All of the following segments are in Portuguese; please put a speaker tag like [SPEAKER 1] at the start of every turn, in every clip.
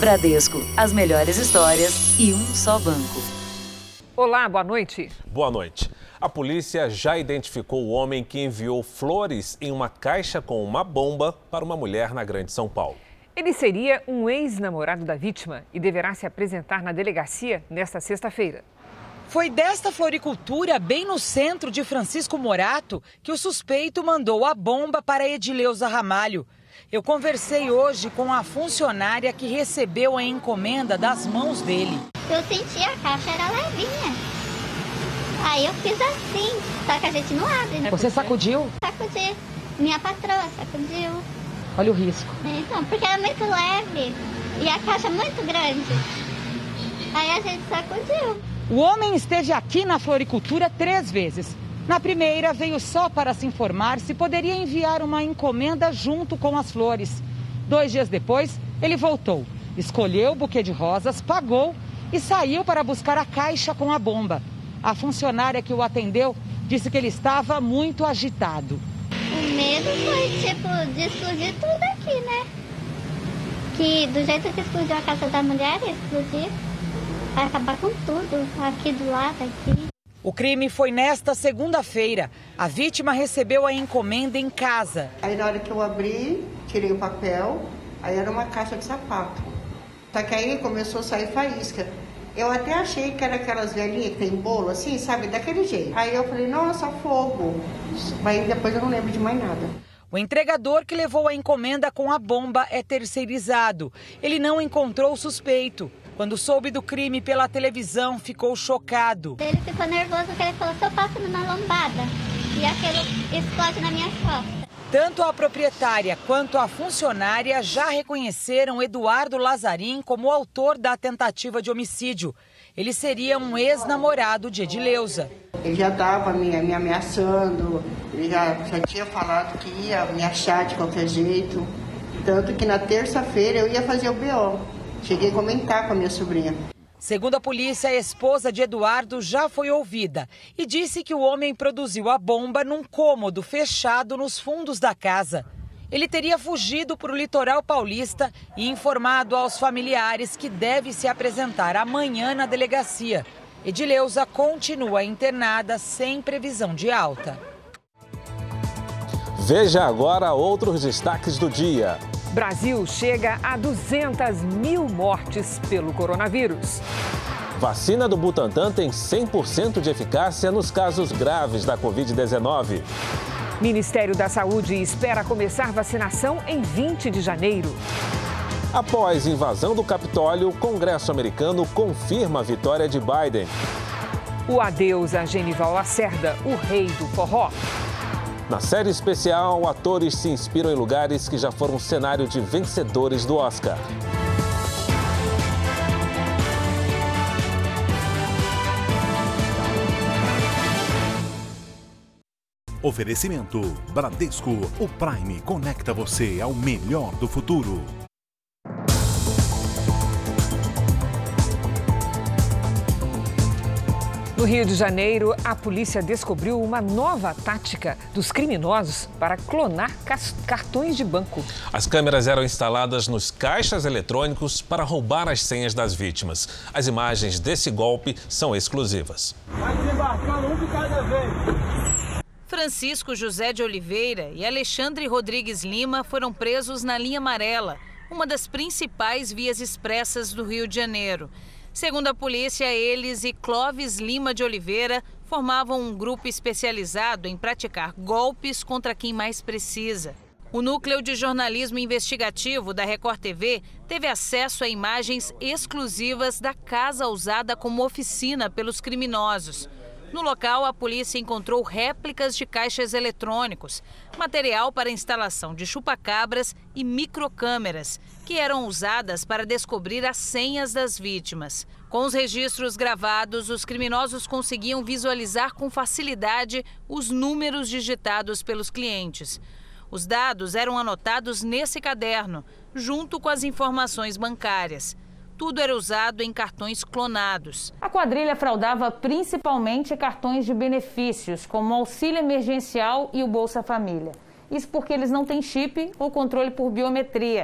[SPEAKER 1] Bradesco, as melhores histórias e um só banco.
[SPEAKER 2] Olá, boa noite.
[SPEAKER 3] Boa noite. A polícia já identificou o homem que enviou flores em uma caixa com uma bomba para uma mulher na Grande São Paulo.
[SPEAKER 2] Ele seria um ex-namorado da vítima e deverá se apresentar na delegacia nesta sexta-feira.
[SPEAKER 4] Foi desta floricultura, bem no centro de Francisco Morato, que o suspeito mandou a bomba para Edileuza Ramalho. Eu conversei hoje com a funcionária que recebeu a encomenda das mãos dele.
[SPEAKER 5] Eu senti a caixa, era levinha. Aí eu fiz assim, só que a gente não abre, né?
[SPEAKER 4] Você sacudiu?
[SPEAKER 5] Sacudi. Minha patroa sacudiu.
[SPEAKER 4] Olha o risco.
[SPEAKER 5] Então, porque é muito leve e a caixa é muito grande. Aí a gente sacudiu.
[SPEAKER 4] O homem esteve aqui na floricultura 3 vezes. Na primeira, veio só para se informar se poderia enviar uma encomenda junto com as flores. 2 dias depois, ele voltou, escolheu o buquê de rosas, pagou e saiu para buscar a caixa com a bomba. A funcionária que o atendeu disse que ele estava muito agitado.
[SPEAKER 5] O medo foi, de explodir tudo aqui, né? Que do jeito que explodiu a casa da mulher, explodir, vai acabar com tudo, aqui do lado, aqui.
[SPEAKER 4] O crime foi nesta segunda-feira. A vítima recebeu a encomenda em casa.
[SPEAKER 6] Aí na hora que eu abri, tirei o papel, aí era uma caixa de sapato. Só que aí começou a sair faísca. Eu até achei que era aquelas velhinhas que tem bolo assim, sabe, daquele jeito. Aí eu falei, nossa, fogo. Aí depois eu não lembro de mais nada.
[SPEAKER 4] O entregador que levou a encomenda com a bomba é terceirizado. Ele não encontrou o suspeito. Quando soube do crime pela televisão, ficou chocado.
[SPEAKER 5] Ele ficou nervoso porque ele falou, se eu passo numa lombada e aquilo explode na minha costa.
[SPEAKER 4] Tanto a proprietária quanto a funcionária já reconheceram Eduardo Lazarim como o autor da tentativa de homicídio. Ele seria um ex-namorado de Edileuza.
[SPEAKER 6] Ele já estava me ameaçando, ele já tinha falado que ia me achar de qualquer jeito. Tanto que na terça-feira eu ia fazer o BO. Cheguei a comentar com a minha sobrinha.
[SPEAKER 4] Segundo a polícia, a esposa de Eduardo já foi ouvida e disse que o homem produziu a bomba num cômodo fechado nos fundos da casa. Ele teria fugido para o litoral paulista e informado aos familiares que deve se apresentar amanhã na delegacia. Edileuza continua internada sem previsão de alta.
[SPEAKER 3] Veja agora outros destaques do dia.
[SPEAKER 2] Brasil chega a 200 mil mortes pelo coronavírus.
[SPEAKER 3] Vacina do Butantan tem 100% de eficácia nos casos graves da Covid-19.
[SPEAKER 2] Ministério da Saúde espera começar vacinação em 20 de janeiro.
[SPEAKER 3] Após invasão do Capitólio, o Congresso americano confirma a vitória de Biden.
[SPEAKER 2] O adeus a Genival Lacerda, o rei do forró.
[SPEAKER 3] Na série especial, atores se inspiram em lugares que já foram cenário de vencedores do Oscar.
[SPEAKER 7] Oferecimento Bradesco, o Prime conecta você ao melhor do futuro.
[SPEAKER 2] No Rio de Janeiro, a polícia descobriu uma nova tática dos criminosos para clonar cartões de banco.
[SPEAKER 3] As câmeras eram instaladas nos caixas eletrônicos para roubar as senhas das vítimas. As imagens desse golpe são exclusivas.
[SPEAKER 8] Vai desembarcando um de cada vez.
[SPEAKER 9] Francisco José de Oliveira e Alexandre Rodrigues Lima foram presos na linha amarela, uma das principais vias expressas do Rio de Janeiro. Segundo a polícia, eles e Clóvis Lima de Oliveira formavam um grupo especializado em praticar golpes contra quem mais precisa. O Núcleo de Jornalismo Investigativo da Record TV teve acesso a imagens exclusivas da casa usada como oficina pelos criminosos. No local, a polícia encontrou réplicas de caixas eletrônicos, material para instalação de chupa-cabras e microcâmeras, que eram usadas para descobrir as senhas das vítimas. Com os registros gravados, os criminosos conseguiam visualizar com facilidade os números digitados pelos clientes. Os dados eram anotados nesse caderno, junto com as informações bancárias. Tudo era usado em cartões clonados.
[SPEAKER 10] A quadrilha fraudava principalmente cartões de benefícios, como o auxílio emergencial e o Bolsa Família. Isso porque eles não têm chip ou controle por biometria.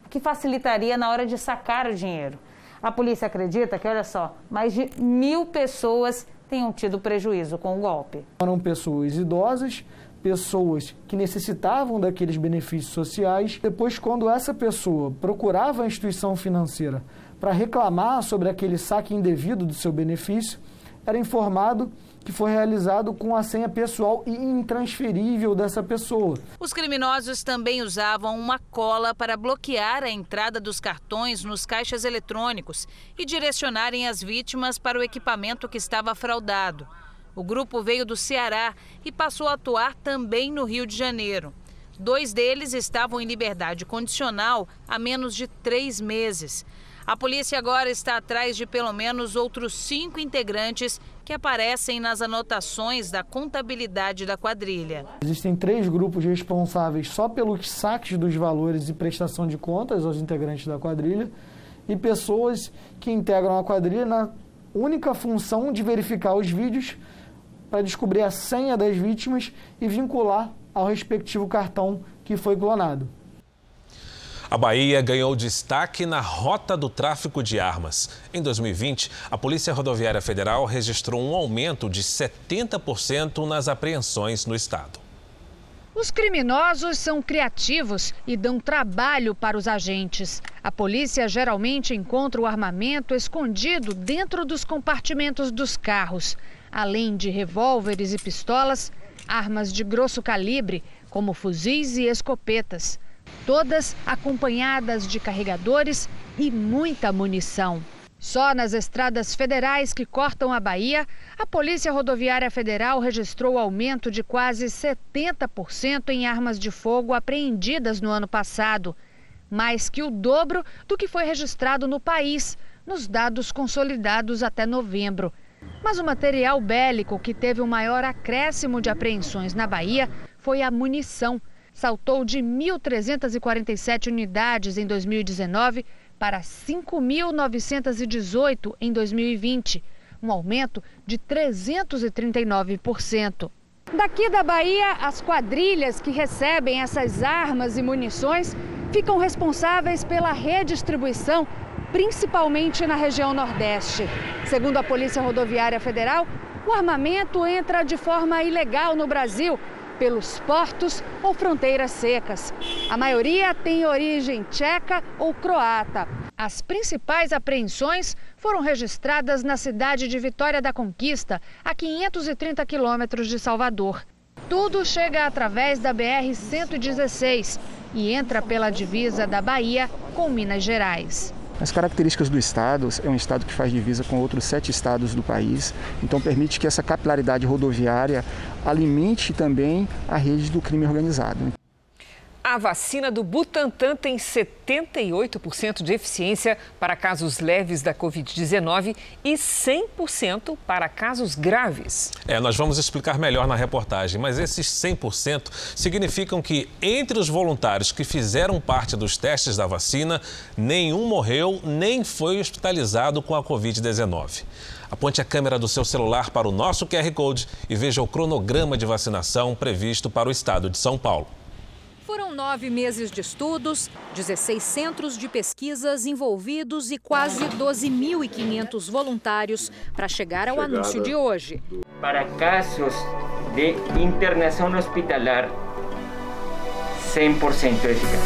[SPEAKER 10] que facilitaria na hora de sacar o dinheiro. A polícia acredita que, olha só, mais de 1.000 pessoas tenham tido prejuízo com o golpe.
[SPEAKER 11] Eram pessoas idosas, pessoas que necessitavam daqueles benefícios sociais. Depois, quando essa pessoa procurava a instituição financeira para reclamar sobre aquele saque indevido do seu benefício, era informado que foi realizado com a senha pessoal e intransferível dessa pessoa.
[SPEAKER 9] Os criminosos também usavam uma cola para bloquear a entrada dos cartões nos caixas eletrônicos e direcionarem as vítimas para o equipamento que estava fraudado. O grupo veio do Ceará e passou a atuar também no Rio de Janeiro. 2 deles estavam em liberdade condicional há menos de 3 meses. A polícia agora está atrás de pelo menos outros 5 integrantes que aparecem nas anotações da contabilidade da quadrilha.
[SPEAKER 11] Existem 3 grupos responsáveis só pelos saques dos valores e prestação de contas aos integrantes da quadrilha e pessoas que integram a quadrilha na única função de verificar os vídeos para descobrir a senha das vítimas e vincular ao respectivo cartão que foi clonado.
[SPEAKER 3] A Bahia ganhou destaque na rota do tráfico de armas. Em 2020, a Polícia Rodoviária Federal registrou um aumento de 70% nas apreensões no estado.
[SPEAKER 12] Os criminosos são criativos e dão trabalho para os agentes. A polícia geralmente encontra o armamento escondido dentro dos compartimentos dos carros. Além de revólveres e pistolas, armas de grosso calibre, como fuzis e escopetas. Todas acompanhadas de carregadores e muita munição. Só nas estradas federais que cortam a Bahia, a Polícia Rodoviária Federal registrou aumento de quase 70% em armas de fogo apreendidas no ano passado. Mais que o dobro do que foi registrado no país, nos dados consolidados até novembro. Mas o material bélico que teve o maior acréscimo de apreensões na Bahia foi a munição. Saltou de 1.347 unidades em 2019 para 5.918 em 2020, um aumento de 339%. Daqui da Bahia, as quadrilhas que recebem essas armas e munições ficam responsáveis pela redistribuição, principalmente na região Nordeste. Segundo a Polícia Rodoviária Federal, o armamento entra de forma ilegal no Brasil, pelos portos ou fronteiras secas. A maioria tem origem tcheca ou croata. As principais apreensões foram registradas na cidade de Vitória da Conquista, a 530 quilômetros de Salvador. Tudo chega através da BR-116 e entra pela divisa da Bahia com Minas Gerais.
[SPEAKER 13] As características do estado, é um estado que faz divisa com outros 7 estados do país, então permite que essa capilaridade rodoviária alimente também a rede do crime organizado.
[SPEAKER 2] A vacina do Butantan tem 78% de eficiência para casos leves da Covid-19 e 100% para casos graves.
[SPEAKER 3] Nós vamos explicar melhor na reportagem, mas esses 100% significam que entre os voluntários que fizeram parte dos testes da vacina, nenhum morreu nem foi hospitalizado com a Covid-19. Aponte a câmera do seu celular para o nosso QR Code e veja o cronograma de vacinação previsto para o estado de São Paulo.
[SPEAKER 14] Foram 9 meses de estudos, 16 centros de pesquisas envolvidos e quase 12.500 voluntários para chegar ao anúncio de hoje.
[SPEAKER 15] Para casos de internação hospitalar, 100% eficaz.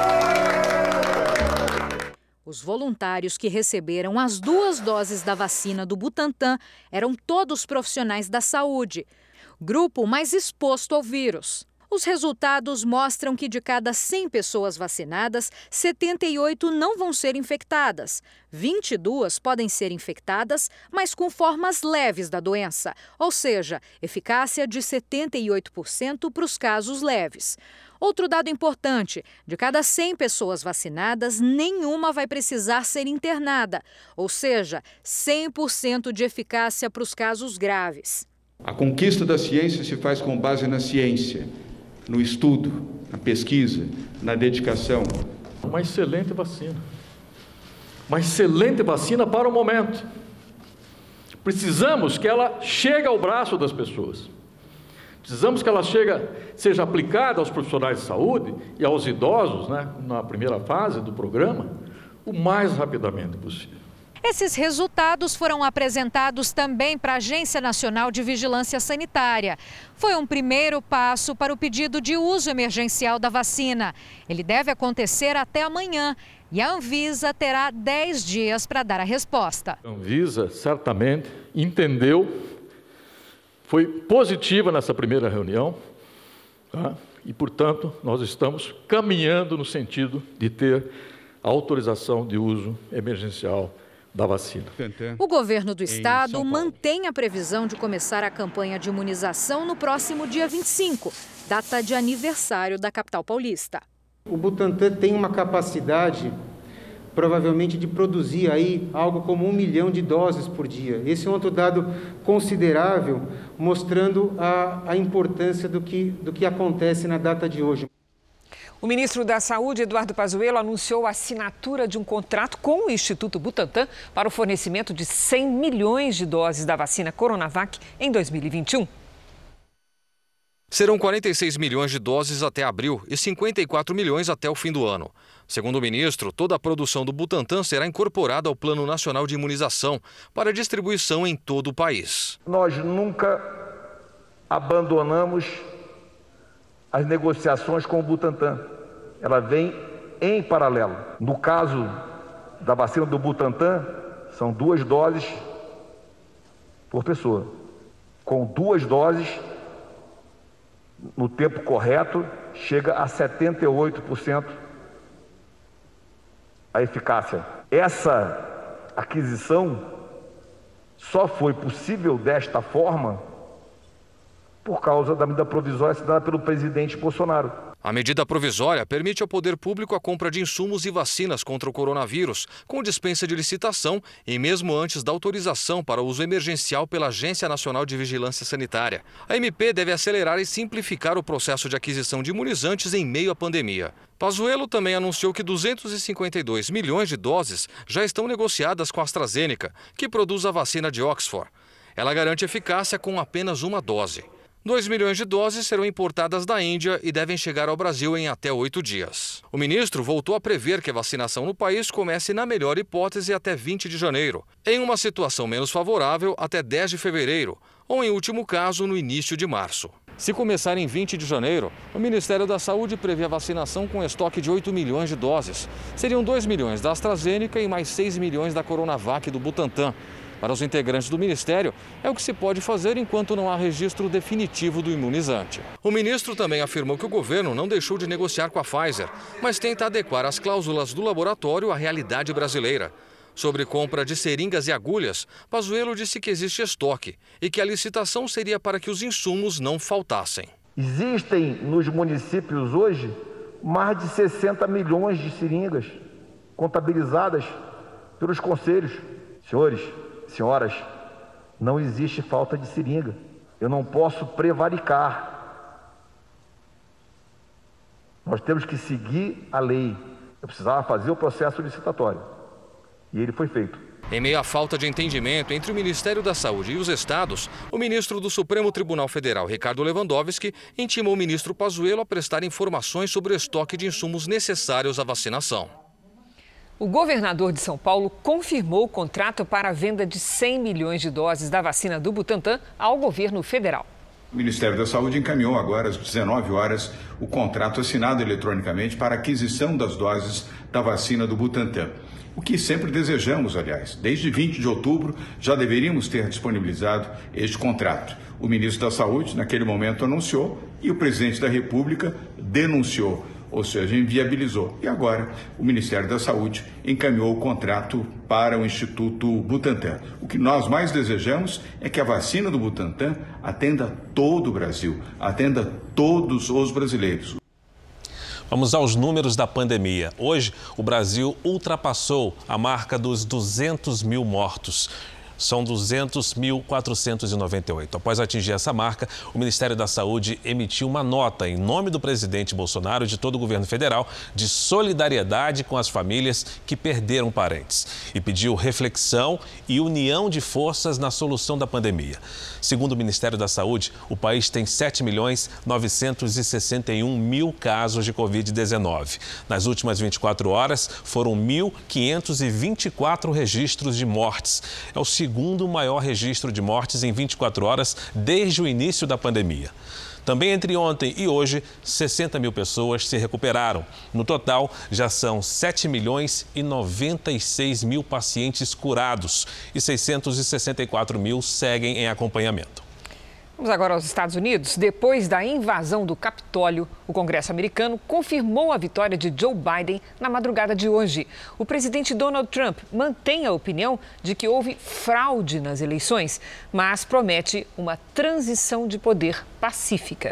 [SPEAKER 14] Os voluntários que receberam as 2 doses da vacina do Butantan eram todos profissionais da saúde, grupo mais exposto ao vírus. Os resultados mostram que de cada 100 pessoas vacinadas, 78 não vão ser infectadas. 22 podem ser infectadas, mas com formas leves da doença, ou seja, eficácia de 78% para os casos leves. Outro dado importante, de cada 100 pessoas vacinadas, nenhuma vai precisar ser internada, ou seja, 100% de eficácia para os casos graves.
[SPEAKER 16] A conquista da ciência se faz com base na ciência, no estudo, na pesquisa, na dedicação.
[SPEAKER 17] Uma excelente vacina. Uma excelente vacina para o momento. Precisamos que ela chegue ao braço das pessoas. Precisamos que ela seja aplicada aos profissionais de saúde e aos idosos, na primeira fase do programa, o mais rapidamente possível.
[SPEAKER 14] Esses resultados foram apresentados também para a Agência Nacional de Vigilância Sanitária. Foi um primeiro passo para o pedido de uso emergencial da vacina. Ele deve acontecer até amanhã e a Anvisa terá 10 dias para dar a resposta.
[SPEAKER 17] A Anvisa certamente entendeu, foi positiva nessa primeira reunião, e, portanto, nós estamos caminhando no sentido de ter a autorização de uso emergencial da vacina.
[SPEAKER 14] O governo do estado mantém a previsão de começar a campanha de imunização no próximo dia 25, data de aniversário da capital paulista.
[SPEAKER 18] O Butantan tem uma capacidade, provavelmente, de produzir aí algo como 1 milhão de doses por dia. Esse é um outro dado considerável, mostrando a importância do que acontece na data de hoje.
[SPEAKER 2] O ministro da Saúde, Eduardo Pazuello, anunciou a assinatura de um contrato com o Instituto Butantan para o fornecimento de 100 milhões de doses da vacina Coronavac em 2021.
[SPEAKER 19] Serão 46 milhões de doses até abril e 54 milhões até o fim do ano. Segundo o ministro, toda a produção do Butantan será incorporada ao Plano Nacional de Imunização para distribuição em todo o país.
[SPEAKER 20] Nós nunca abandonamos as negociações com o Butantan. Ela vem em paralelo. No caso da vacina do Butantan, são 2 doses por pessoa. Com 2 doses, no tempo correto, chega a 78% a eficácia. Essa aquisição só foi possível desta forma por causa da medida provisória assinada pelo presidente Bolsonaro.
[SPEAKER 19] A medida provisória permite ao poder público a compra de insumos e vacinas contra o coronavírus, com dispensa de licitação e mesmo antes da autorização para uso emergencial pela Agência Nacional de Vigilância Sanitária. A MP deve acelerar e simplificar o processo de aquisição de imunizantes em meio à pandemia. Pazuello também anunciou que 252 milhões de doses já estão negociadas com a AstraZeneca, que produz a vacina de Oxford. Ela garante eficácia com apenas uma dose. 2 milhões de doses serão importadas da Índia e devem chegar ao Brasil em até 8 dias. O ministro voltou a prever que a vacinação no país comece, na melhor hipótese, até 20 de janeiro, em uma situação menos favorável, até 10 de fevereiro, ou, em último caso, no início de março. Se começar em 20 de janeiro, o Ministério da Saúde prevê a vacinação com estoque de 8 milhões de doses. Seriam 2 milhões da AstraZeneca e mais 6 milhões da Coronavac do Butantan. Para os integrantes do Ministério, é o que se pode fazer enquanto não há registro definitivo do imunizante. O ministro também afirmou que o governo não deixou de negociar com a Pfizer, mas tenta adequar as cláusulas do laboratório à realidade brasileira. Sobre compra de seringas e agulhas, Pazuello disse que existe estoque e que a licitação seria para que os insumos não faltassem.
[SPEAKER 20] Existem nos municípios hoje mais de 60 milhões de seringas contabilizadas pelos conselhos. Senhores, senhoras, não existe falta de seringa. Eu não posso prevaricar. Nós temos que seguir a lei. Eu precisava fazer o processo licitatório. E ele foi feito.
[SPEAKER 19] Em meio à falta de entendimento entre o Ministério da Saúde e os estados, o ministro do Supremo Tribunal Federal, Ricardo Lewandowski, intimou o ministro Pazuello a prestar informações sobre o estoque de insumos necessários à vacinação.
[SPEAKER 2] O governador de São Paulo confirmou o contrato para a venda de 100 milhões de doses da vacina do Butantan ao governo federal.
[SPEAKER 21] O Ministério da Saúde encaminhou agora às 19 horas o contrato assinado eletronicamente para a aquisição das doses da vacina do Butantan. O que sempre desejamos, aliás. Desde 20 de outubro já deveríamos ter disponibilizado este contrato. O ministro da Saúde, naquele momento, anunciou e o presidente da República denunciou. Ou seja, inviabilizou. E agora o Ministério da Saúde encaminhou o contrato para o Instituto Butantan. O que nós mais desejamos é que a vacina do Butantan atenda todo o Brasil, atenda todos os brasileiros.
[SPEAKER 3] Vamos aos números da pandemia. Hoje, o Brasil ultrapassou a marca dos 200 mil mortos. São 200.498. Após atingir essa marca, o Ministério da Saúde emitiu uma nota em nome do presidente Bolsonaro e de todo o governo federal de solidariedade com as famílias que perderam parentes e pediu reflexão e união de forças na solução da pandemia. Segundo o Ministério da Saúde, o país tem 7.961.000 casos de Covid-19. Nas últimas 24 horas, foram 1.524 registros de mortes. É o segundo maior registro de mortes em 24 horas desde o início da pandemia. Também entre ontem e hoje, 60 mil pessoas se recuperaram. No total, já são 7.096.000 pacientes curados e 664 mil seguem em acompanhamento.
[SPEAKER 2] Vamos agora aos Estados Unidos. Depois da invasão do Capitólio, o Congresso americano confirmou a vitória de Joe Biden na madrugada de hoje. O presidente Donald Trump mantém a opinião de que houve fraude nas eleições, mas promete uma transição de poder pacífica.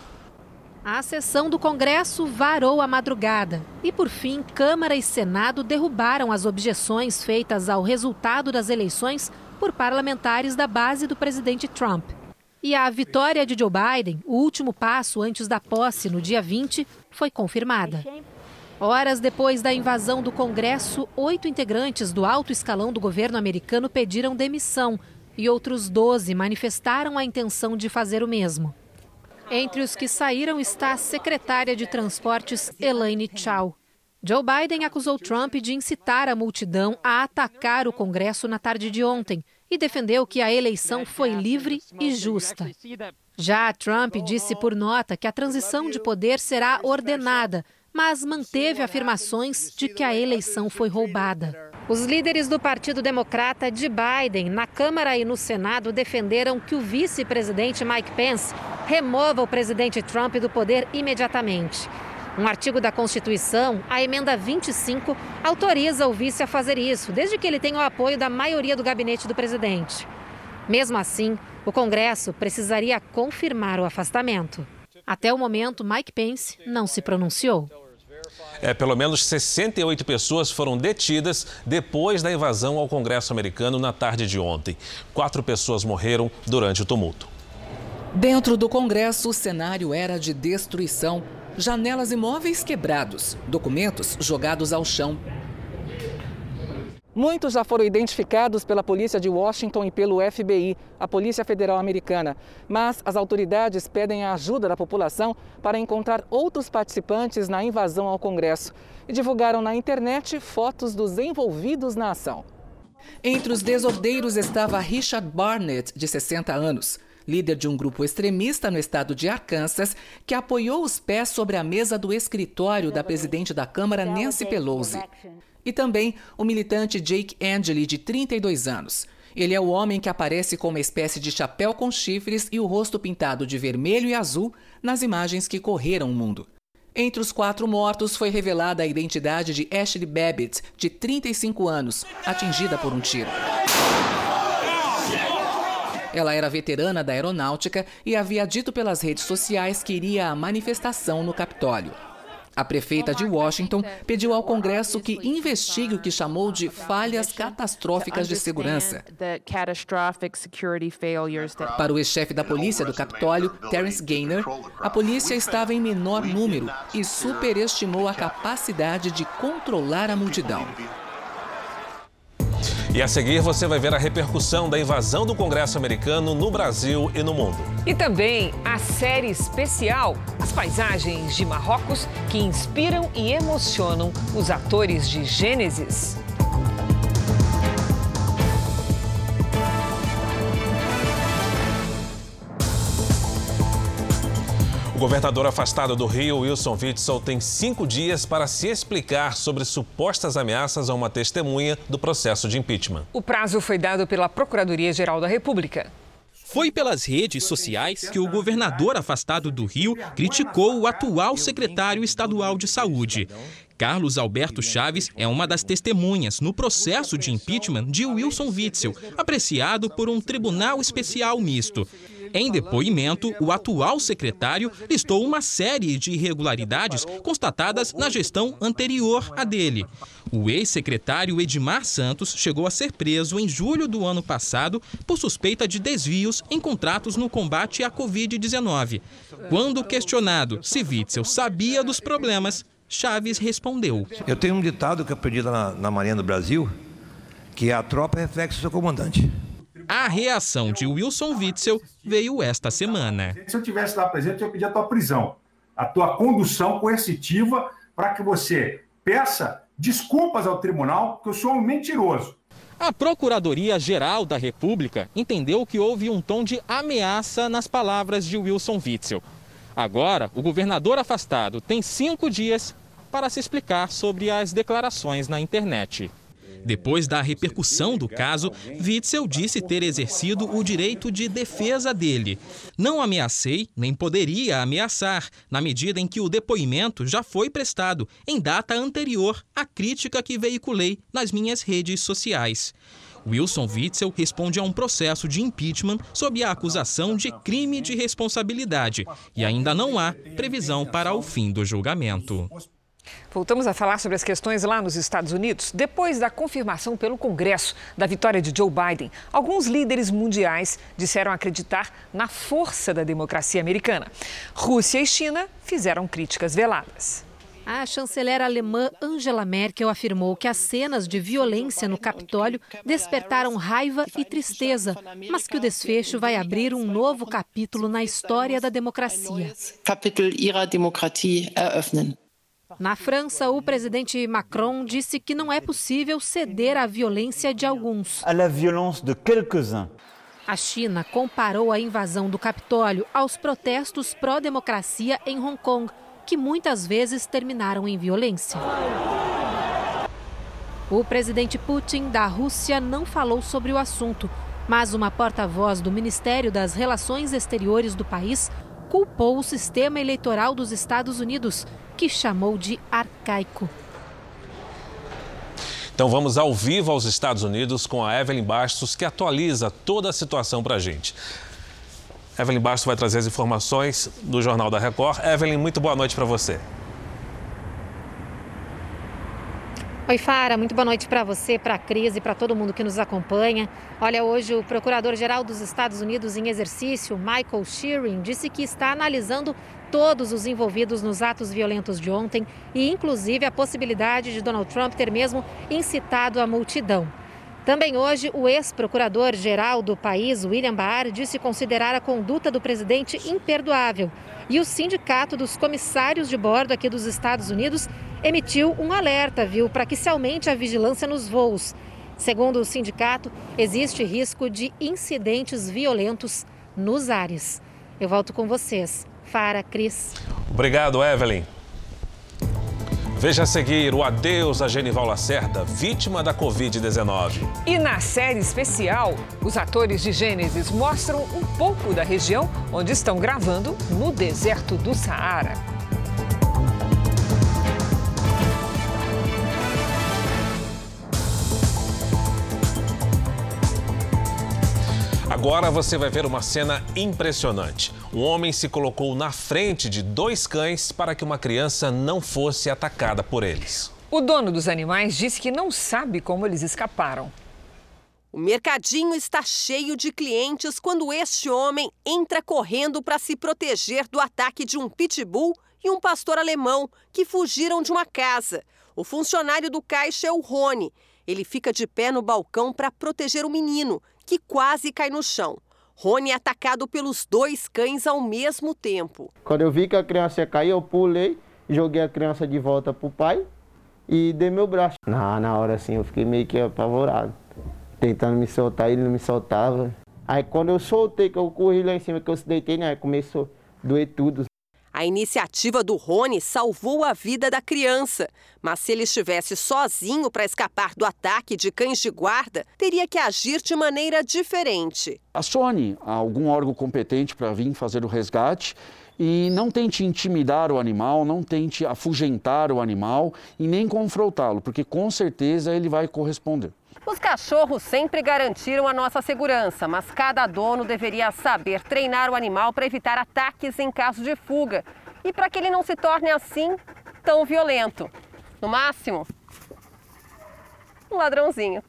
[SPEAKER 1] A sessão do Congresso varou a madrugada e, por fim, Câmara e Senado derrubaram as objeções feitas ao resultado das eleições por parlamentares da base do presidente Trump. E a vitória de Joe Biden, o último passo antes da posse no dia 20, foi confirmada. Horas depois da invasão do Congresso, 8 integrantes do alto escalão do governo americano pediram demissão e outros 12 manifestaram a intenção de fazer o mesmo. Entre os que saíram está a secretária de Transportes, Elaine Chao. Joe Biden acusou Trump de incitar a multidão a atacar o Congresso na tarde de ontem e defendeu que a eleição foi livre e justa. Já Trump disse por nota que a transição de poder será ordenada, mas manteve afirmações de que a eleição foi roubada. Os líderes do Partido Democrata de Biden, na Câmara e no Senado, defenderam que o vice-presidente Mike Pence remova o presidente Trump do poder imediatamente. Um artigo da Constituição, a emenda 25, autoriza o vice a fazer isso, desde que ele tenha o apoio da maioria do gabinete do presidente. Mesmo assim, o Congresso precisaria confirmar o afastamento. Até o momento, Mike Pence não se pronunciou.
[SPEAKER 3] Pelo menos 68 pessoas foram detidas depois da invasão ao Congresso americano na tarde de ontem. 4 pessoas morreram durante o tumulto.
[SPEAKER 22] Dentro do Congresso, o cenário era de destruição. Janelas e móveis quebrados, documentos jogados ao chão. Muitos já foram identificados pela polícia de Washington e pelo FBI, a Polícia Federal Americana. Mas as autoridades pedem a ajuda da população para encontrar outros participantes na invasão ao Congresso e divulgaram na internet fotos dos envolvidos na ação. Entre os desordeiros estava Richard Barnett, de 60 anos. Líder de um grupo extremista no estado de Arkansas, que apoiou os pés sobre a mesa do escritório da presidente da Câmara, Nancy Pelosi. E também o militante Jake Angeli, de 32 anos. Ele é o homem que aparece com uma espécie de chapéu com chifres e o rosto pintado de vermelho e azul nas imagens que correram o mundo. Entre os 4 mortos foi revelada a identidade de Ashley Babbitt, de 35 anos, atingida por um tiro. Ela era veterana da aeronáutica e havia dito pelas redes sociais que iria à manifestação no Capitólio. A prefeita de Washington pediu ao Congresso que investigue o que chamou de falhas catastróficas de segurança. Para o ex-chefe da polícia do Capitólio, Terrence Gaynor, a polícia estava em menor número e superestimou a capacidade de controlar a multidão.
[SPEAKER 3] E a seguir você vai ver a repercussão da invasão do Congresso americano no Brasil e no mundo.
[SPEAKER 2] E também a série especial, as paisagens de Marrocos que inspiram e emocionam os atores de Gênesis.
[SPEAKER 3] O governador afastado do Rio, Wilson Witzel, tem 5 dias para se explicar sobre supostas ameaças a uma testemunha do processo de impeachment.
[SPEAKER 2] O prazo foi dado pela Procuradoria-Geral da República.
[SPEAKER 23] Foi pelas redes sociais que o governador afastado do Rio criticou o atual secretário estadual de saúde. Carlos Alberto Chaves é uma das testemunhas no processo de impeachment de Wilson Witzel, apreciado por um tribunal especial misto. Em depoimento, o atual secretário listou uma série de irregularidades constatadas na gestão anterior à dele. O ex-secretário Edmar Santos chegou a ser preso em julho do ano passado por suspeita de desvios em contratos no combate à Covid-19. Quando questionado se Witzel sabia dos problemas, Chaves respondeu:
[SPEAKER 4] Eu tenho um ditado que eu aprendi na Marinha do Brasil, que a tropa é reflexo do seu comandante.
[SPEAKER 23] A reação de Wilson Witzel veio esta semana.
[SPEAKER 5] Se eu tivesse lá presente, eu ia pedir a tua prisão, a tua condução coercitiva para que você peça desculpas ao tribunal, que eu sou um mentiroso.
[SPEAKER 23] A Procuradoria-Geral da República entendeu que houve um tom de ameaça nas palavras de Wilson Witzel. Agora, o governador afastado tem 5 dias para se explicar sobre as declarações na internet. Depois da repercussão do caso, Witzel disse ter exercido o direito de defesa dele. Não ameacei, nem poderia ameaçar, na medida em que o depoimento já foi prestado, em data anterior à crítica que veiculei nas minhas redes sociais. Wilson Witzel responde a um processo de impeachment sob a acusação de crime de responsabilidade e ainda não há previsão para o fim do julgamento.
[SPEAKER 2] Voltamos a falar sobre as questões lá nos Estados Unidos. Depois da confirmação pelo Congresso da vitória de Joe Biden, alguns líderes mundiais disseram acreditar na força da democracia americana. Rússia e China fizeram críticas veladas.
[SPEAKER 1] A chanceler alemã Angela Merkel afirmou que as cenas de violência no Capitólio despertaram raiva e tristeza, mas que o desfecho vai abrir um novo capítulo na história da democracia. Na França, o presidente Macron disse que não é possível ceder à violência de alguns. A China comparou a invasão do Capitólio aos protestos pró-democracia em Hong Kong, que muitas vezes terminaram em violência. O presidente Putin da Rússia não falou sobre o assunto, mas uma porta-voz do Ministério das Relações Exteriores do país culpou o sistema eleitoral dos Estados Unidos, que chamou de arcaico.
[SPEAKER 3] Então vamos ao vivo aos Estados Unidos com a Evelyn Bastos, que atualiza toda a situação para a gente. Evelyn Bastos vai trazer as informações do Jornal da Record. Evelyn, muito boa noite para você.
[SPEAKER 1] Oi, Fara, muito boa noite para você, para a Cris e para todo mundo que nos acompanha. Olha, hoje o Procurador-Geral dos Estados Unidos em exercício, Michael Shearing, disse que está analisando todos os envolvidos nos atos violentos de ontem e, inclusive, a possibilidade de Donald Trump ter mesmo incitado a multidão. Também hoje, o ex-procurador-geral do país, William Barr, disse considerar a conduta do presidente imperdoável. E o Sindicato dos Comissários de Bordo aqui dos Estados Unidos emitiu um alerta, para que se aumente a vigilância nos voos. Segundo o sindicato, existe risco de incidentes violentos nos ares. Eu volto com vocês. Fara, Cris.
[SPEAKER 3] Obrigado, Evelyn. Veja a seguir o adeus a Genival Lacerda, vítima da Covid-19.
[SPEAKER 2] E na série especial, os atores de Gênesis mostram um pouco da região onde estão gravando no deserto do Saara.
[SPEAKER 3] Agora você vai ver uma cena impressionante. Um homem se colocou na frente de 2 cães para que uma criança não fosse atacada por eles.
[SPEAKER 2] O dono dos animais disse que não sabe como eles escaparam.
[SPEAKER 6] O mercadinho está cheio de clientes quando este homem entra correndo para se proteger do ataque de um pitbull e um pastor alemão que fugiram de uma casa. O funcionário do caixa é o Rony. Ele fica de pé no balcão para proteger o menino, que quase cai no chão. Rony é atacado pelos 2 cães ao mesmo tempo.
[SPEAKER 24] Quando eu vi que a criança ia cair, eu pulei, joguei a criança de volta pro pai e dei meu braço. Na hora assim eu fiquei meio que apavorado, tentando me soltar, ele não me soltava. Aí quando eu soltei, que eu corri lá em cima, que eu se deitei, né, começou a doer tudo.
[SPEAKER 6] A iniciativa do Rony salvou a vida da criança, mas se ele estivesse sozinho para escapar do ataque de cães de guarda, teria que agir de maneira diferente.
[SPEAKER 25] Acione algum órgão competente para vir fazer o resgate e não tente intimidar o animal, não tente afugentar o animal e nem confrontá-lo, porque com certeza ele vai corresponder.
[SPEAKER 6] Os cachorros sempre garantiram a nossa segurança, mas cada dono deveria saber treinar o animal para evitar ataques em caso de fuga e para que ele não se torne assim tão violento. No máximo, um ladrãozinho.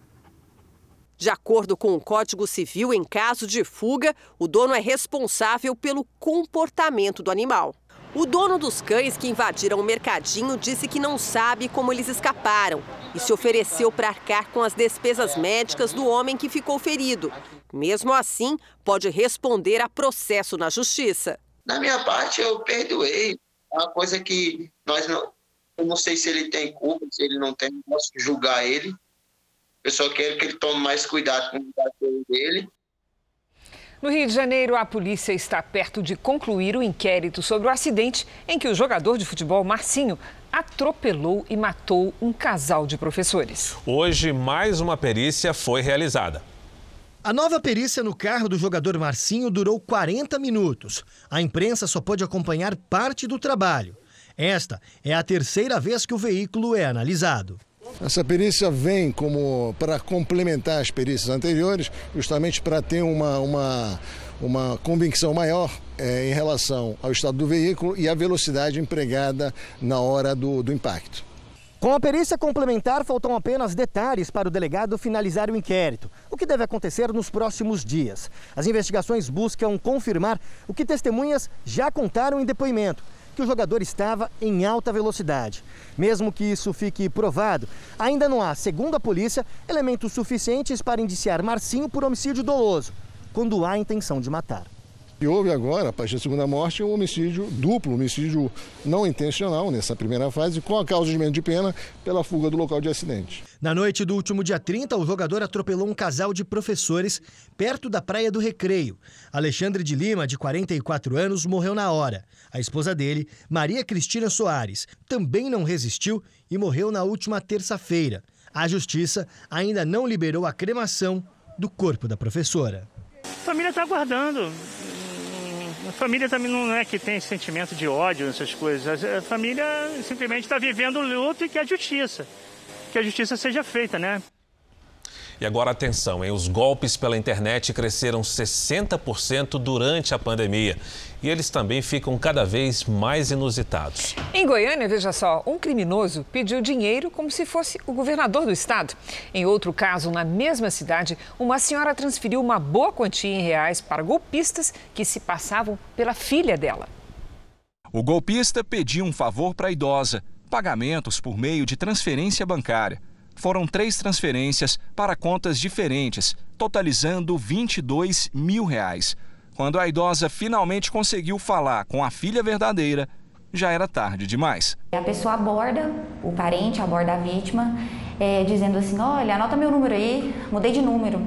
[SPEAKER 6] De acordo com o Código Civil, em caso de fuga, o dono é responsável pelo comportamento do animal. O dono dos cães que invadiram o mercadinho disse que não sabe como eles escaparam e se ofereceu para arcar com as despesas médicas do homem que ficou ferido. Mesmo assim, pode responder a processo na justiça.
[SPEAKER 7] Da minha parte, eu perdoei. É uma coisa que eu não sei se ele tem culpa, se ele não tem, não posso julgar ele. Eu só quero que ele tome mais cuidado com o cachorro dele.
[SPEAKER 2] No Rio de Janeiro, a polícia está perto de concluir o inquérito sobre o acidente em que o jogador de futebol Marcinho atropelou e matou um casal de professores.
[SPEAKER 3] Hoje, mais uma perícia foi realizada.
[SPEAKER 8] A nova perícia no carro do jogador Marcinho durou 40 minutos. A imprensa só pôde acompanhar parte do trabalho. Esta é a terceira vez que o veículo é analisado.
[SPEAKER 9] Essa perícia vem como para complementar as perícias anteriores, justamente para ter uma convicção maior em relação ao estado do veículo e à velocidade empregada na hora do impacto.
[SPEAKER 8] Com a perícia complementar, faltam apenas detalhes para o delegado finalizar o inquérito, o que deve acontecer nos próximos dias. As investigações buscam confirmar o que testemunhas já contaram em depoimento, que o jogador estava em alta velocidade. Mesmo que isso fique provado, ainda não há, segundo a polícia, elementos suficientes para indiciar Marcinho por homicídio doloso, quando há intenção de matar.
[SPEAKER 9] E houve agora, a partir da segunda morte, um homicídio duplo, homicídio não intencional nessa primeira fase, com a causa de pena pela fuga do local de acidente.
[SPEAKER 8] Na noite do último dia 30, o jogador atropelou um casal de professores perto da Praia do Recreio. Alexandre de Lima, de 44 anos, morreu na hora. A esposa dele, Maria Cristina Soares, também não resistiu e morreu na última terça-feira. A justiça ainda não liberou a cremação do corpo da professora.
[SPEAKER 10] A família está aguardando. A família também não é que tem sentimento de ódio nessas coisas. A família simplesmente está vivendo o luto e quer que a justiça seja feita, né?
[SPEAKER 3] E agora atenção, hein? Os golpes pela internet cresceram 60% durante a pandemia. E eles também ficam cada vez mais inusitados.
[SPEAKER 2] Em Goiânia, veja só, um criminoso pediu dinheiro como se fosse o governador do estado. Em outro caso, na mesma cidade, uma senhora transferiu uma boa quantia em reais para golpistas que se passavam pela filha dela.
[SPEAKER 11] O golpista pediu um favor para a idosa, pagamentos por meio de transferência bancária. Foram 3 transferências para contas diferentes, totalizando R$22 mil. Quando a idosa finalmente conseguiu falar com a filha verdadeira, já era tarde demais.
[SPEAKER 26] A pessoa aborda, o parente aborda a vítima, dizendo assim, olha, anota meu número aí, mudei de número.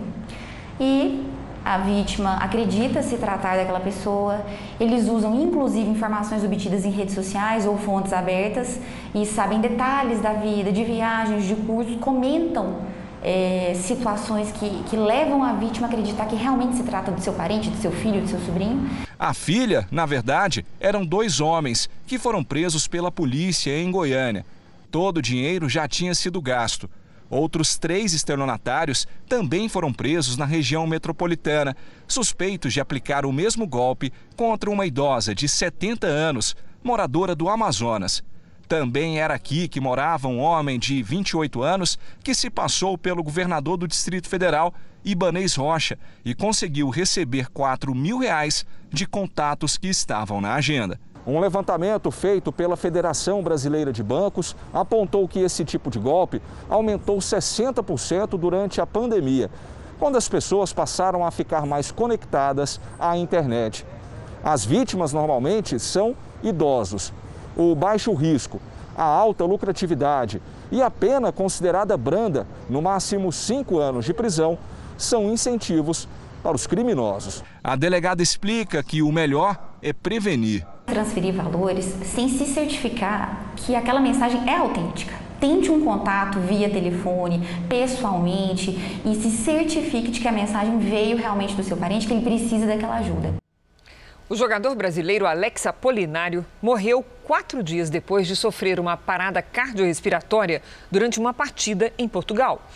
[SPEAKER 26] E a vítima acredita se tratar daquela pessoa, eles usam inclusive informações obtidas em redes sociais ou fontes abertas e sabem detalhes da vida, de viagens, de cursos, comentam situações que levam a vítima a acreditar que realmente se trata do seu parente, do seu filho, do seu sobrinho.
[SPEAKER 11] A filha, na verdade, eram 2 homens que foram presos pela polícia em Goiânia. Todo o dinheiro já tinha sido gasto. Outros 3 estelionatários também foram presos na região metropolitana, suspeitos de aplicar o mesmo golpe contra uma idosa de 70 anos, moradora do Amazonas. Também era aqui que morava um homem de 28 anos que se passou pelo governador do Distrito Federal, Ibanez Rocha, e conseguiu receber R$4 mil de contatos que estavam na agenda. Um levantamento feito pela Federação Brasileira de Bancos apontou que esse tipo de golpe aumentou 60% durante a pandemia, quando as pessoas passaram a ficar mais conectadas à internet. As vítimas normalmente são idosos. O baixo risco, a alta lucratividade e a pena considerada branda, no máximo 5 anos de prisão, são incentivos para os criminosos. A delegada explica que o melhor é prevenir.
[SPEAKER 26] Transferir valores sem se certificar que aquela mensagem é autêntica. Tente um contato via telefone, pessoalmente e se certifique de que a mensagem veio realmente do seu parente, que ele precisa daquela ajuda.
[SPEAKER 2] O jogador brasileiro Alex Apolinário morreu 4 dias depois de sofrer uma parada cardiorrespiratória durante uma partida em Portugal.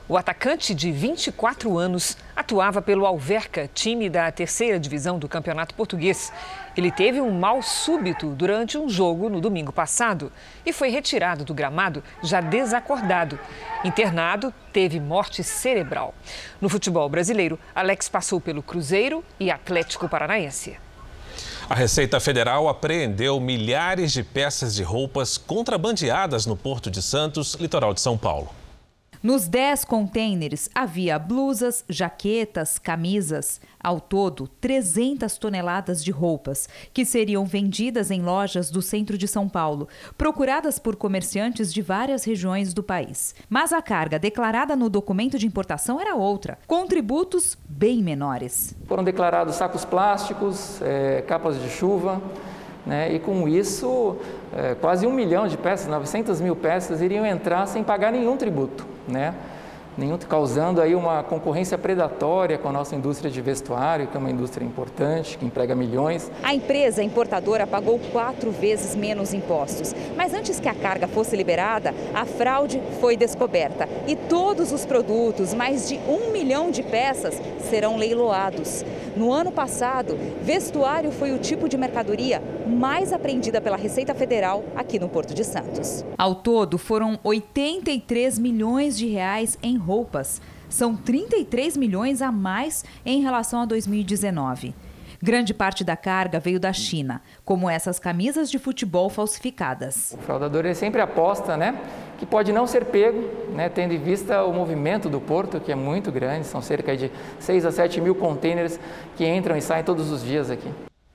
[SPEAKER 2] O atacante de 24 anos atuava pelo Alverca, time da 3ª divisão do Campeonato Português. Ele teve um mal súbito durante um jogo no domingo passado e foi retirado do gramado já desacordado. Internado, teve morte cerebral. No futebol brasileiro, Alex passou pelo Cruzeiro e Atlético Paranaense.
[SPEAKER 3] A Receita Federal apreendeu milhares de peças de roupas contrabandeadas no Porto de Santos, litoral de São Paulo.
[SPEAKER 12] Nos 10 contêineres havia blusas, jaquetas, camisas. Ao todo, 300 toneladas de roupas, que seriam vendidas em lojas do centro de São Paulo, procuradas por comerciantes de várias regiões do país. Mas a carga declarada no documento de importação era outra, com tributos bem menores.
[SPEAKER 13] Foram declarados sacos plásticos, capas de chuva, né? E com isso, quase 1 milhão de peças, 900 mil peças, iriam entrar sem pagar nenhum tributo, né? Causando aí uma concorrência predatória com a nossa indústria de vestuário, que é uma indústria importante, que emprega milhões.
[SPEAKER 12] A empresa importadora pagou 4 vezes menos impostos. Mas antes que a carga fosse liberada, a fraude foi descoberta. E todos os produtos, mais de 1 milhão de peças, serão leiloados. No ano passado, vestuário foi o tipo de mercadoria mais apreendida pela Receita Federal aqui no Porto de Santos. Ao todo, foram 83 milhões de reais em roupas. São 33 milhões a mais em relação a 2019. Grande parte da carga veio da China, como essas camisas de futebol falsificadas.
[SPEAKER 13] O fraudador ele sempre aposta, né, que pode não ser pego, né, tendo em vista o movimento do porto, que é muito grande, são cerca de 6 a 7 mil contêineres que entram e saem todos os dias aqui.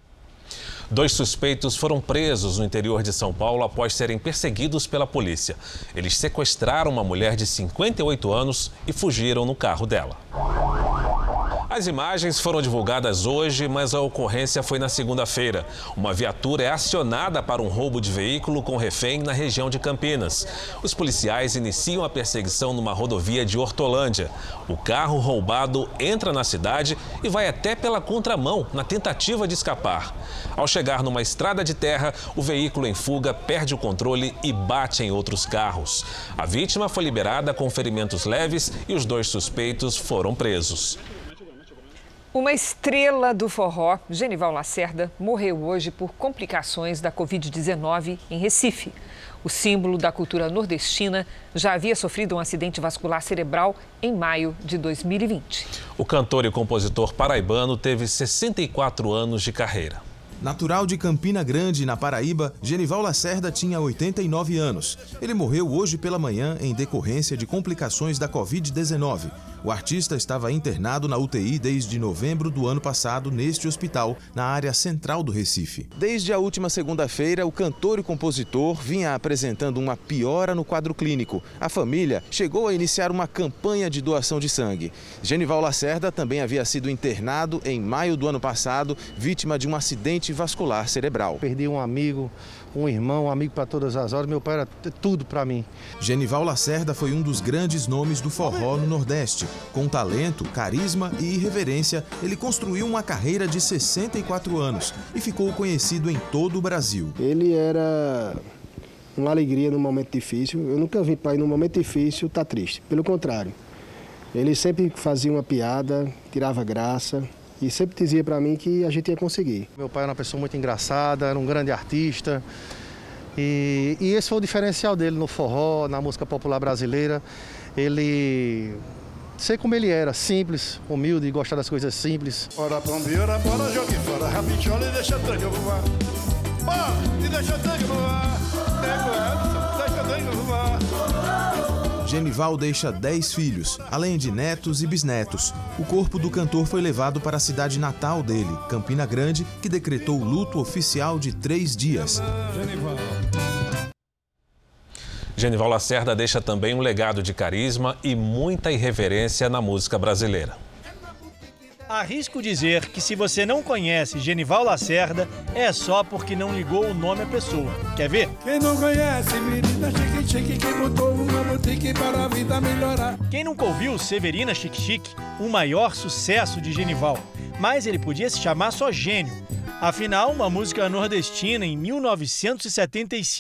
[SPEAKER 3] 2 suspeitos foram presos no interior de São Paulo após serem perseguidos pela polícia. Eles sequestraram uma mulher de 58 anos e fugiram no carro dela. As imagens foram divulgadas hoje, mas a ocorrência foi na segunda-feira. Uma viatura é acionada para um roubo de veículo com refém na região de Campinas. Os policiais iniciam a perseguição numa rodovia de Hortolândia. O carro roubado entra na cidade e vai até pela contramão, na tentativa de escapar. Ao chegar numa estrada de terra, o veículo em fuga perde o controle e bate em outros carros. A vítima foi liberada com ferimentos leves e os 2 suspeitos foram presos.
[SPEAKER 2] Uma estrela do forró, Genival Lacerda, morreu hoje por complicações da Covid-19 em Recife. O símbolo da cultura nordestina já havia sofrido um acidente vascular cerebral em maio de 2020.
[SPEAKER 3] O cantor e compositor paraibano teve 64 anos de carreira.
[SPEAKER 14] Natural de Campina Grande, na Paraíba, Genival Lacerda tinha 89 anos. Ele morreu hoje pela manhã em decorrência de complicações da Covid-19. O artista estava internado na UTI desde novembro do ano passado neste hospital, na área central do Recife. Desde a última segunda-feira, o cantor e compositor vinha apresentando uma piora no quadro clínico. A família chegou a iniciar uma campanha de doação de sangue. Genival Lacerda também havia sido internado em maio do ano passado, vítima de um acidente vascular cerebral.
[SPEAKER 15] Perdi um amigo, um irmão, um amigo para todas as horas. Meu pai era tudo para mim.
[SPEAKER 14] Genival Lacerda foi um dos grandes nomes do forró no Nordeste. Com talento, carisma e irreverência, ele construiu uma carreira de 64 anos e ficou conhecido em todo o Brasil.
[SPEAKER 15] Ele era uma alegria no momento difícil. Eu nunca vi pai, no momento difícil, estar triste. Pelo contrário, ele sempre fazia uma piada, tirava graça. E sempre dizia para mim que a gente ia conseguir. Meu pai era uma pessoa muito engraçada, era um grande artista. E esse foi o diferencial dele no forró, na música popular brasileira. Ele, sei como ele era, simples, humilde, gostar das coisas simples.
[SPEAKER 16] Ora pombeira, bora jogue fora, rapichola e deixa tangue voar. E deixa tangue voar. Deixa tangue voar.
[SPEAKER 14] Genival deixa 10 filhos, além de netos e bisnetos. O corpo do cantor foi levado para a cidade natal dele, Campina Grande, que decretou luto oficial de 3 dias.
[SPEAKER 3] Genival Lacerda deixa também um legado de carisma e muita irreverência na música brasileira.
[SPEAKER 17] Arrisco dizer que se você não conhece Genival Lacerda, é só porque não ligou o nome à pessoa. Quer ver?
[SPEAKER 16] Quem não conhece, menina chique-chique, que botou uma boutique para a vida melhorar.
[SPEAKER 17] Quem nunca ouviu Severina Chique-Chique, o maior sucesso de Genival? Mas ele podia se chamar só Gênio. Afinal, uma música nordestina em 1975,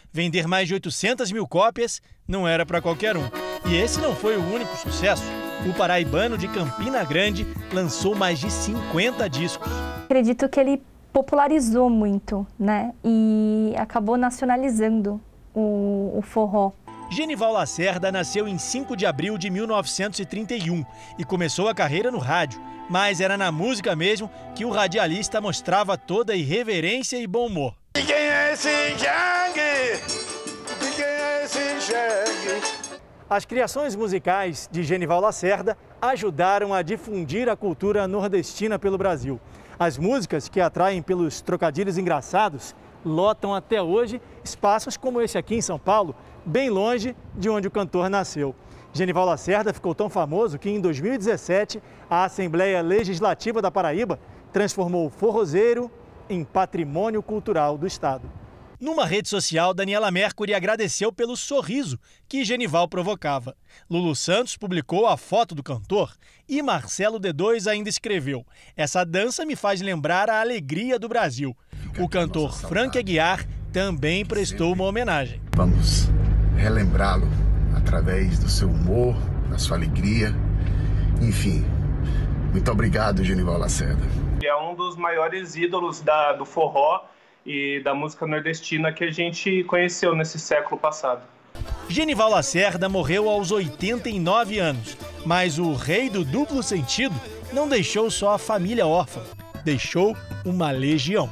[SPEAKER 17] Vender mais de 800 mil cópias não era para qualquer um. E esse não foi o único sucesso. O paraibano de Campina Grande lançou mais de 50 discos.
[SPEAKER 4] Acredito que ele popularizou muito, né? E acabou nacionalizando o forró.
[SPEAKER 17] Genival Lacerda nasceu em 5 de abril de 1931 e começou a carreira no rádio. Mas era na música mesmo que o radialista mostrava toda a irreverência e bom humor.
[SPEAKER 16] E quem é esse Jangue? E quem é esse Jangue?
[SPEAKER 17] As criações musicais de Genival Lacerda ajudaram a difundir a cultura nordestina pelo Brasil. As músicas que atraem pelos trocadilhos engraçados lotam até hoje espaços como esse aqui em São Paulo, bem longe de onde o cantor nasceu. Genival Lacerda ficou tão famoso que em 2017 a Assembleia Legislativa da Paraíba transformou o forrozeiro em patrimônio cultural do estado. Numa rede social, Daniela Mercury agradeceu pelo sorriso que Genival provocava. Lulu Santos publicou a foto do cantor e Marcelo D2 ainda escreveu: "Essa dança me faz lembrar a alegria do Brasil." O cantor Frank Aguiar também prestou uma homenagem.
[SPEAKER 18] Vamos relembrá-lo através do seu humor, da sua alegria. Enfim, muito obrigado, Genival Lacerda.
[SPEAKER 19] É um dos maiores ídolos do forró e da música nordestina que a gente conheceu nesse século passado.
[SPEAKER 17] Genival Lacerda morreu aos 89 anos, mas o rei do duplo sentido não deixou só a família órfã, deixou uma legião.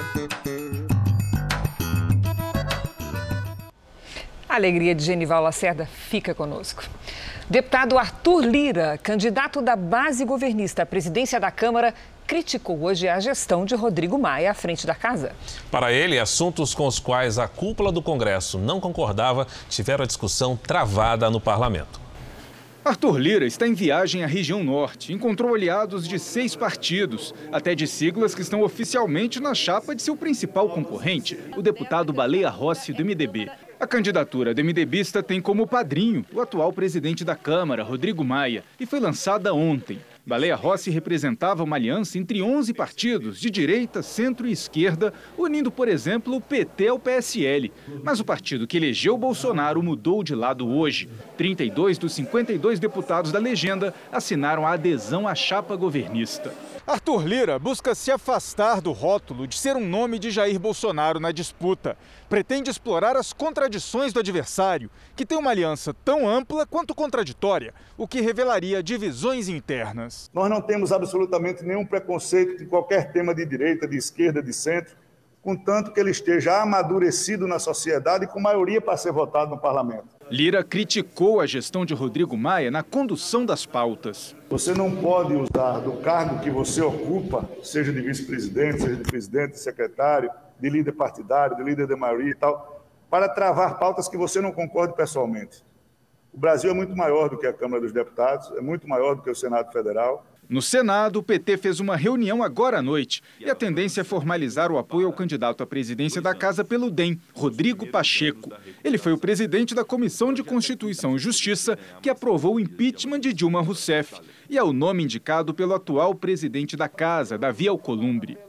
[SPEAKER 2] A alegria de Genival Lacerda fica conosco. Deputado Arthur Lira, candidato da base governista à presidência da Câmara, criticou hoje a gestão de Rodrigo Maia à frente da casa.
[SPEAKER 3] Para ele, assuntos com os quais a cúpula do Congresso não concordava tiveram a discussão travada no parlamento.
[SPEAKER 20] Arthur Lira está em viagem à região norte. Encontrou aliados de 6 partidos, até de siglas que estão oficialmente na chapa de seu principal concorrente, o deputado Baleia Rossi, do MDB. A candidatura do MDBista tem como padrinho o atual presidente da Câmara, Rodrigo Maia, e foi lançada ontem. Baleia Rossi representava uma aliança entre 11 partidos de direita, centro e esquerda, unindo, por exemplo, o PT ao PSL. Mas o partido que elegeu Bolsonaro mudou de lado hoje. 32 dos 52 deputados da legenda assinaram a adesão à chapa governista. Arthur Lira busca se afastar do rótulo de ser um nome de Jair Bolsonaro na disputa. Pretende explorar as contradições do adversário, que tem uma aliança tão ampla quanto contraditória, o que revelaria divisões internas.
[SPEAKER 21] Nós não temos absolutamente nenhum preconceito de qualquer tema de direita, de esquerda, de centro, contanto que ele esteja amadurecido na sociedade e com maioria para ser votado no parlamento.
[SPEAKER 20] Lira criticou a gestão de Rodrigo Maia na condução das pautas.
[SPEAKER 21] Você não pode usar do cargo que você ocupa, seja de vice-presidente, seja de presidente, de secretário, de líder partidário, de líder de maioria e tal, para travar pautas que você não concorde pessoalmente. O Brasil é muito maior do que a Câmara dos Deputados, é muito maior do que o Senado Federal.
[SPEAKER 20] No Senado, o PT fez uma reunião agora à noite e a tendência é formalizar o apoio ao candidato à presidência da Casa pelo DEM, Rodrigo Pacheco. Ele foi o presidente da Comissão de Constituição e Justiça que aprovou o impeachment de Dilma Rousseff e é o nome indicado pelo atual presidente da Casa, Davi Alcolumbre.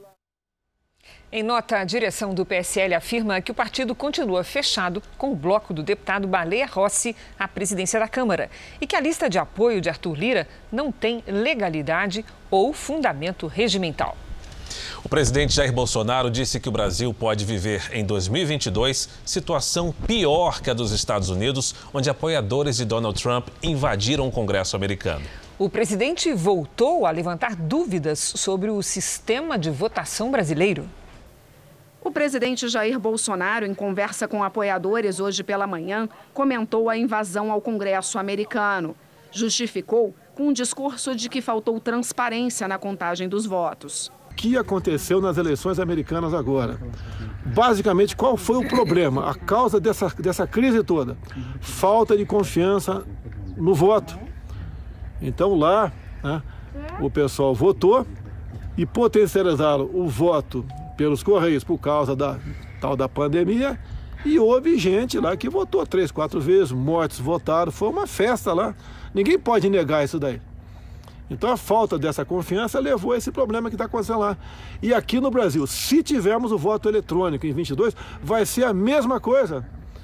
[SPEAKER 2] Em nota, a direção do PSL afirma que o partido continua fechado com o bloco do deputado Baleia Rossi à presidência da Câmara e que a lista de apoio de Arthur Lira não tem legalidade ou fundamento regimental.
[SPEAKER 3] O presidente Jair Bolsonaro disse que o Brasil pode viver em 2022 situação pior que a dos Estados Unidos, onde apoiadores de Donald Trump invadiram o Congresso americano.
[SPEAKER 2] O presidente voltou a levantar dúvidas sobre o sistema de votação brasileiro.
[SPEAKER 22] O presidente Jair Bolsonaro, em conversa com apoiadores hoje pela manhã, comentou a invasão ao Congresso americano. Justificou com um discurso de que faltou transparência na contagem dos votos.
[SPEAKER 27] O que aconteceu nas eleições americanas agora? Basicamente, qual foi o problema? A causa dessa crise toda? Falta de confiança no voto. Então lá, né, o pessoal votou e potencializaram o voto pelos Correios por causa da pandemia e houve gente lá que votou 3, 4 vezes, mortos votaram, foi uma festa lá. Ninguém pode negar isso daí. Então a falta dessa confiança levou a esse problema que está acontecendo lá. E aqui no Brasil, se tivermos o voto eletrônico em 22, vai ser a mesma coisa.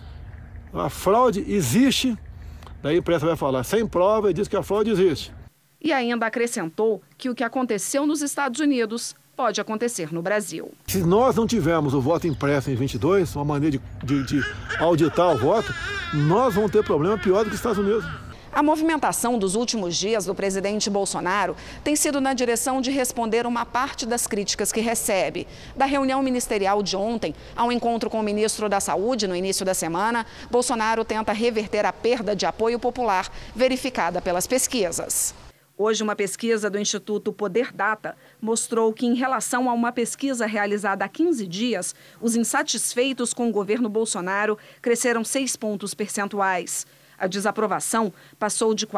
[SPEAKER 27] A fraude existe, daí a imprensa vai falar sem prova e diz que a fraude existe.
[SPEAKER 22] E ainda acrescentou que o que aconteceu nos Estados Unidos pode acontecer no Brasil.
[SPEAKER 27] Se nós não tivermos o voto impresso em 22, uma maneira de auditar o voto, nós vamos ter problema pior do que os Estados Unidos.
[SPEAKER 22] A movimentação dos últimos dias do presidente Bolsonaro tem sido na direção de responder uma parte das críticas que recebe. Da reunião ministerial de ontem ao encontro com o ministro da Saúde no início da semana, Bolsonaro tenta reverter a perda de apoio popular verificada pelas pesquisas. Hoje, uma pesquisa do Instituto Poder Data mostrou que, em relação a uma pesquisa realizada há 15 dias, os insatisfeitos com o governo Bolsonaro cresceram 6 pontos percentuais. A desaprovação passou de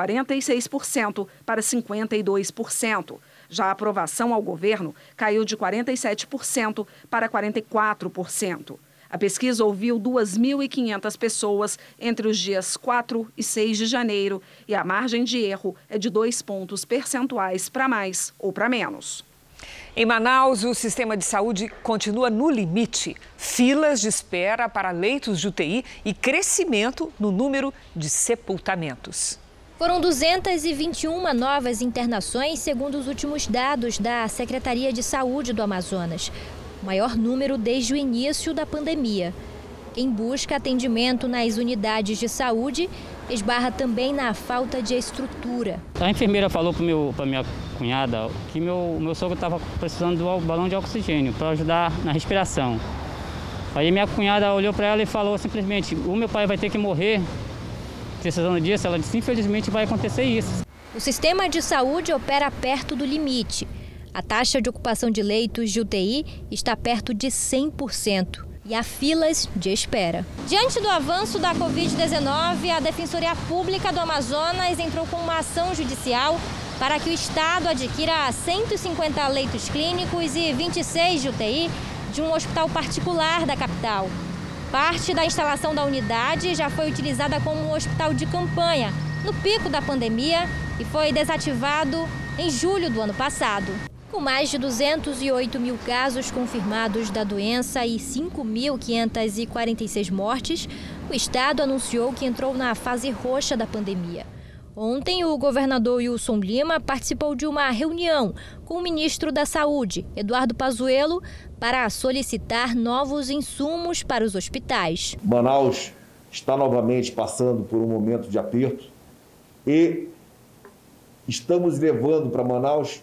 [SPEAKER 22] 46% para 52%. Já a aprovação ao governo caiu de 47% para 44%. A pesquisa ouviu 2.500 pessoas entre os dias 4 e 6 de janeiro e a margem de erro é de 2 pontos percentuais para mais ou para menos.
[SPEAKER 2] Em Manaus, o sistema de saúde continua no limite. Filas de espera para leitos de UTI e crescimento no número de sepultamentos.
[SPEAKER 1] Foram 221 novas internações, segundo os últimos dados da Secretaria de Saúde do Amazonas. O maior número desde o início da pandemia. Quem busca atendimento nas unidades de saúde esbarra também na falta de estrutura.
[SPEAKER 5] A enfermeira falou para minha cunhada que meu sogro estava precisando do balão de oxigênio para ajudar na respiração. Aí minha cunhada olhou para ela e falou simplesmente: o meu pai vai ter que morrer precisando disso. Ela disse: infelizmente vai acontecer isso.
[SPEAKER 1] O sistema de saúde opera perto do limite. A taxa de ocupação de leitos de UTI está perto de 100%. E há filas de espera. Diante do avanço da Covid-19, a Defensoria Pública do Amazonas entrou com uma ação judicial para que o Estado adquira 150 leitos clínicos e 26 de UTI de um hospital particular da capital. Parte da instalação da unidade já foi utilizada como um hospital de campanha no pico da pandemia e foi desativado em julho do ano passado. Com mais de 208 mil casos confirmados da doença e 5.546 mortes, o Estado anunciou que entrou na fase roxa da pandemia. Ontem, o governador Wilson Lima participou de uma reunião com o ministro da Saúde, Eduardo Pazuello, para solicitar novos insumos para os hospitais.
[SPEAKER 6] Manaus está novamente passando por um momento de aperto e estamos levando para Manaus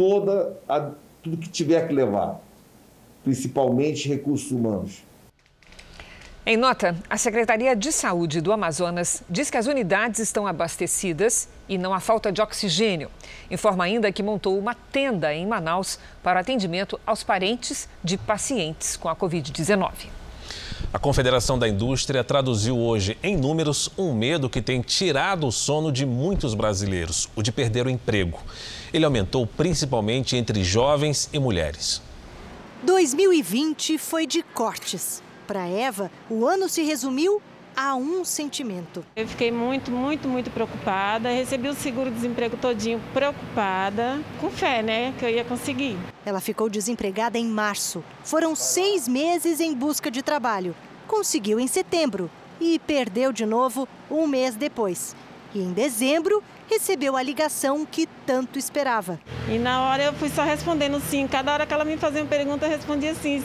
[SPEAKER 6] tudo que tiver que levar, principalmente recursos humanos.
[SPEAKER 2] Em nota, a Secretaria de Saúde do Amazonas diz que as unidades estão abastecidas e não há falta de oxigênio. Informa ainda que montou uma tenda em Manaus para atendimento aos parentes de pacientes com a Covid-19.
[SPEAKER 3] A Confederação da Indústria traduziu hoje em números um medo que tem tirado o sono de muitos brasileiros, o de perder o emprego. Ele aumentou principalmente entre jovens e mulheres.
[SPEAKER 7] 2020 foi de cortes. Para Eva, o ano se resumiu a um sentimento.
[SPEAKER 23] Eu fiquei muito preocupada. Recebi o seguro-desemprego todinho preocupada, com fé, né, que eu ia conseguir.
[SPEAKER 7] Ela ficou desempregada em março. Foram 6 meses em busca de trabalho. Conseguiu em setembro e perdeu de novo um mês depois. E em dezembro, recebeu a ligação que tanto esperava.
[SPEAKER 23] E na hora eu fui só respondendo sim. Cada hora que ela me fazia uma pergunta, eu respondia sim.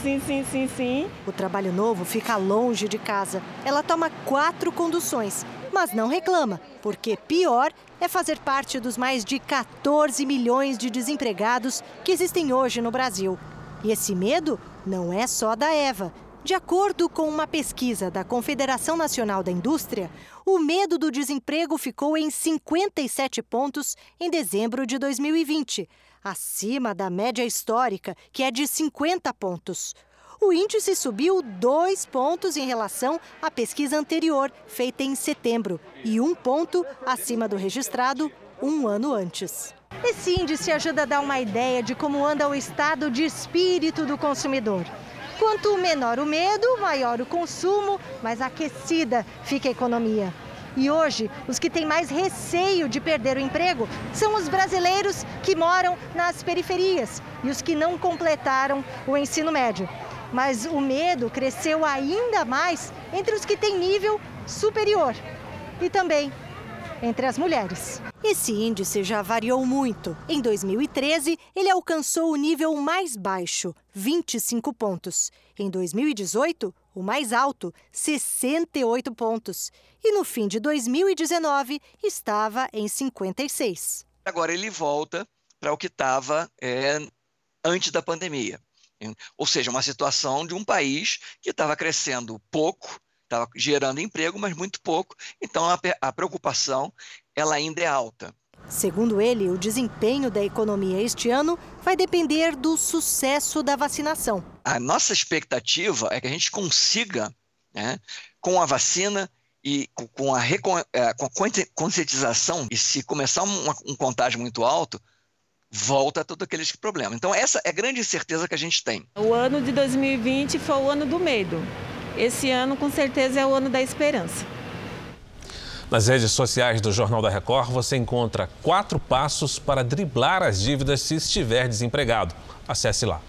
[SPEAKER 7] O trabalho novo fica longe de casa. Ela toma 4 conduções, mas não reclama, porque pior é fazer parte dos mais de 14 milhões de desempregados que existem hoje no Brasil. E esse medo não é só da Eva. De acordo com uma pesquisa da Confederação Nacional da Indústria, o medo do desemprego ficou em 57 pontos em dezembro de 2020, acima da média histórica, que é de 50 pontos. O índice subiu 2 pontos em relação à pesquisa anterior, feita em setembro, e 1 ponto acima do registrado um ano antes. Esse índice ajuda a dar uma ideia de como anda o estado de espírito do consumidor. Quanto menor o medo, maior o consumo, mais aquecida fica a economia. E hoje, os que têm mais receio de perder o emprego são os brasileiros que moram nas periferias e os que não completaram o ensino médio. Mas o medo cresceu ainda mais entre os que têm nível superior e também entre as mulheres. Esse índice já variou muito. Em 2013, ele alcançou o nível mais baixo, 25 pontos. Em 2018, o mais alto, 68 pontos. E no fim de 2019, estava em 56.
[SPEAKER 8] Agora ele volta para o que estava antes da pandemia. Ou seja, uma situação de um país que estava crescendo pouco, estava gerando emprego, mas muito pouco. Então, a preocupação ela ainda é alta.
[SPEAKER 7] Segundo ele, o desempenho da economia este ano vai depender do sucesso da vacinação.
[SPEAKER 8] A nossa expectativa é que a gente consiga, com a vacina e com a conscientização, e se começar um contágio muito alto, volta a todos aqueles problemas. Então, essa é a grande certeza que a gente tem.
[SPEAKER 23] O ano de 2020 foi o ano do medo. Esse ano, com certeza, é o ano da esperança.
[SPEAKER 3] Nas redes sociais do Jornal da Record, você encontra 4 passos para driblar as dívidas se estiver desempregado. Acesse lá.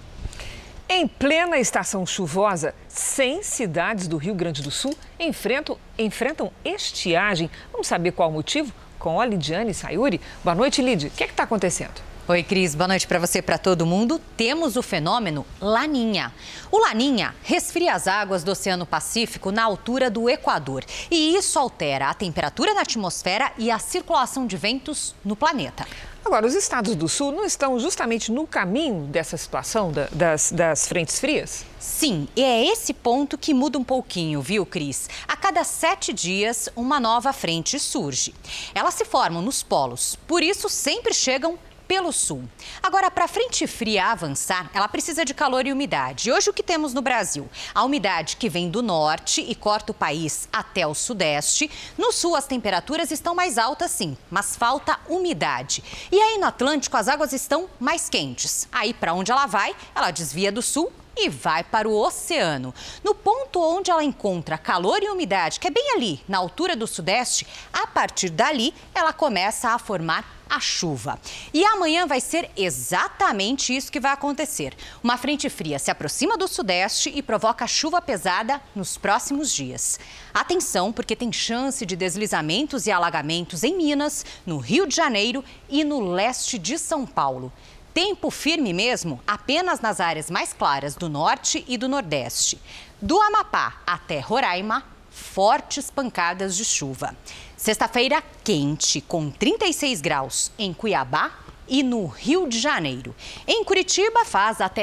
[SPEAKER 2] Em plena estação chuvosa, 100 cidades do Rio Grande do Sul enfrentam estiagem. Vamos saber qual o motivo? Com a Lidiane Sayuri. Boa noite, Lid. O que está acontecendo?
[SPEAKER 9] Oi, Cris. Boa noite para você e para todo mundo. Temos o fenômeno Laninha. O Laninha resfria as águas do Oceano Pacífico na altura do Equador. E isso altera a temperatura na atmosfera e a circulação de ventos no planeta.
[SPEAKER 2] Agora, os estados do sul não estão justamente no caminho dessa situação das frentes frias?
[SPEAKER 9] Sim, e é esse ponto que muda um pouquinho, viu, Cris? A cada 7 dias, uma nova frente surge. Elas se formam nos polos, por isso sempre chegam pelo sul. Agora, para a frente fria avançar, ela precisa de calor e umidade. E hoje o que temos no Brasil? A umidade que vem do norte e corta o país até o sudeste. No sul as temperaturas estão mais altas sim, mas falta umidade. E aí no Atlântico as águas estão mais quentes. Aí para onde ela vai? Ela desvia do sul e vai para o oceano. No ponto onde ela encontra calor e umidade, que é bem ali, na altura do sudeste, a partir dali ela começa a formar a chuva. E amanhã vai ser exatamente isso que vai acontecer. Uma frente fria se aproxima do sudeste e provoca chuva pesada nos próximos dias. Atenção, porque tem chance de deslizamentos e alagamentos em Minas, no Rio de Janeiro e no leste de São Paulo. Tempo firme mesmo apenas nas áreas mais claras do norte e do nordeste. Do Amapá até Roraima, fortes pancadas de chuva. Sexta-feira quente, com 36 graus em Cuiabá e no Rio de Janeiro. Em Curitiba faz até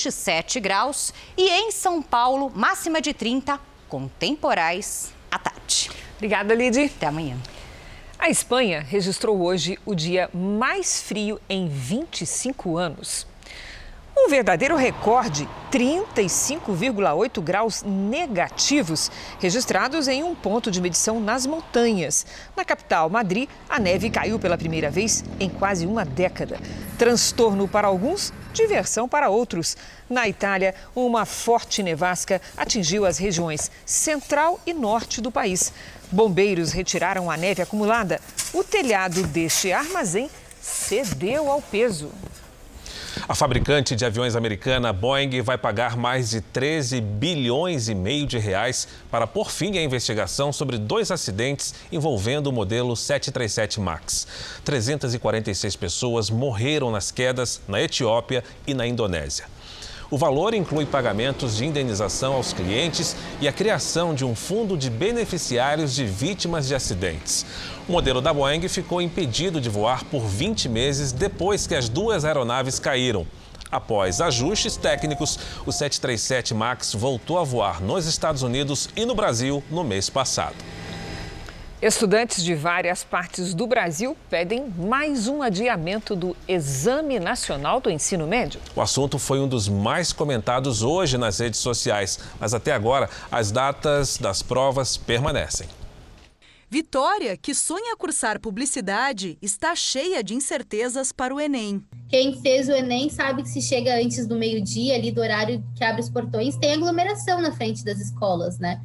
[SPEAKER 9] 27 graus e em São Paulo máxima de 30, com temporais à tarde.
[SPEAKER 2] Obrigada, Lidy.
[SPEAKER 9] Até amanhã.
[SPEAKER 2] A Espanha registrou hoje o dia mais frio em 25 anos. Um verdadeiro recorde, 35,8 graus negativos, registrados em um ponto de medição nas montanhas. Na capital, Madrid, a neve caiu pela primeira vez em quase uma década. Transtorno para alguns, diversão para outros. Na Itália, uma forte nevasca atingiu as regiões central e norte do país. Bombeiros retiraram a neve acumulada. O telhado deste armazém cedeu ao peso.
[SPEAKER 3] A fabricante de aviões americana Boeing vai pagar mais de 13 bilhões e meio de reais para pôr fim à investigação sobre 2 acidentes envolvendo o modelo 737 MAX. 346 pessoas morreram nas quedas na Etiópia e na Indonésia. O valor inclui pagamentos de indenização aos clientes e a criação de um fundo de beneficiários de vítimas de acidentes. O modelo da Boeing ficou impedido de voar por 20 meses depois que as 2 aeronaves caíram. Após ajustes técnicos, o 737 MAX voltou a voar nos Estados Unidos e no Brasil no mês passado.
[SPEAKER 2] Estudantes de várias partes do Brasil pedem mais um adiamento do Exame Nacional do Ensino Médio.
[SPEAKER 3] O assunto foi um dos mais comentados hoje nas redes sociais, mas até agora as datas das provas permanecem.
[SPEAKER 10] Vitória, que sonha cursar publicidade, está cheia de incertezas para o Enem.
[SPEAKER 11] Quem fez o Enem sabe que se chega antes do meio-dia, ali do horário que abre os portões, tem aglomeração na frente das escolas, né?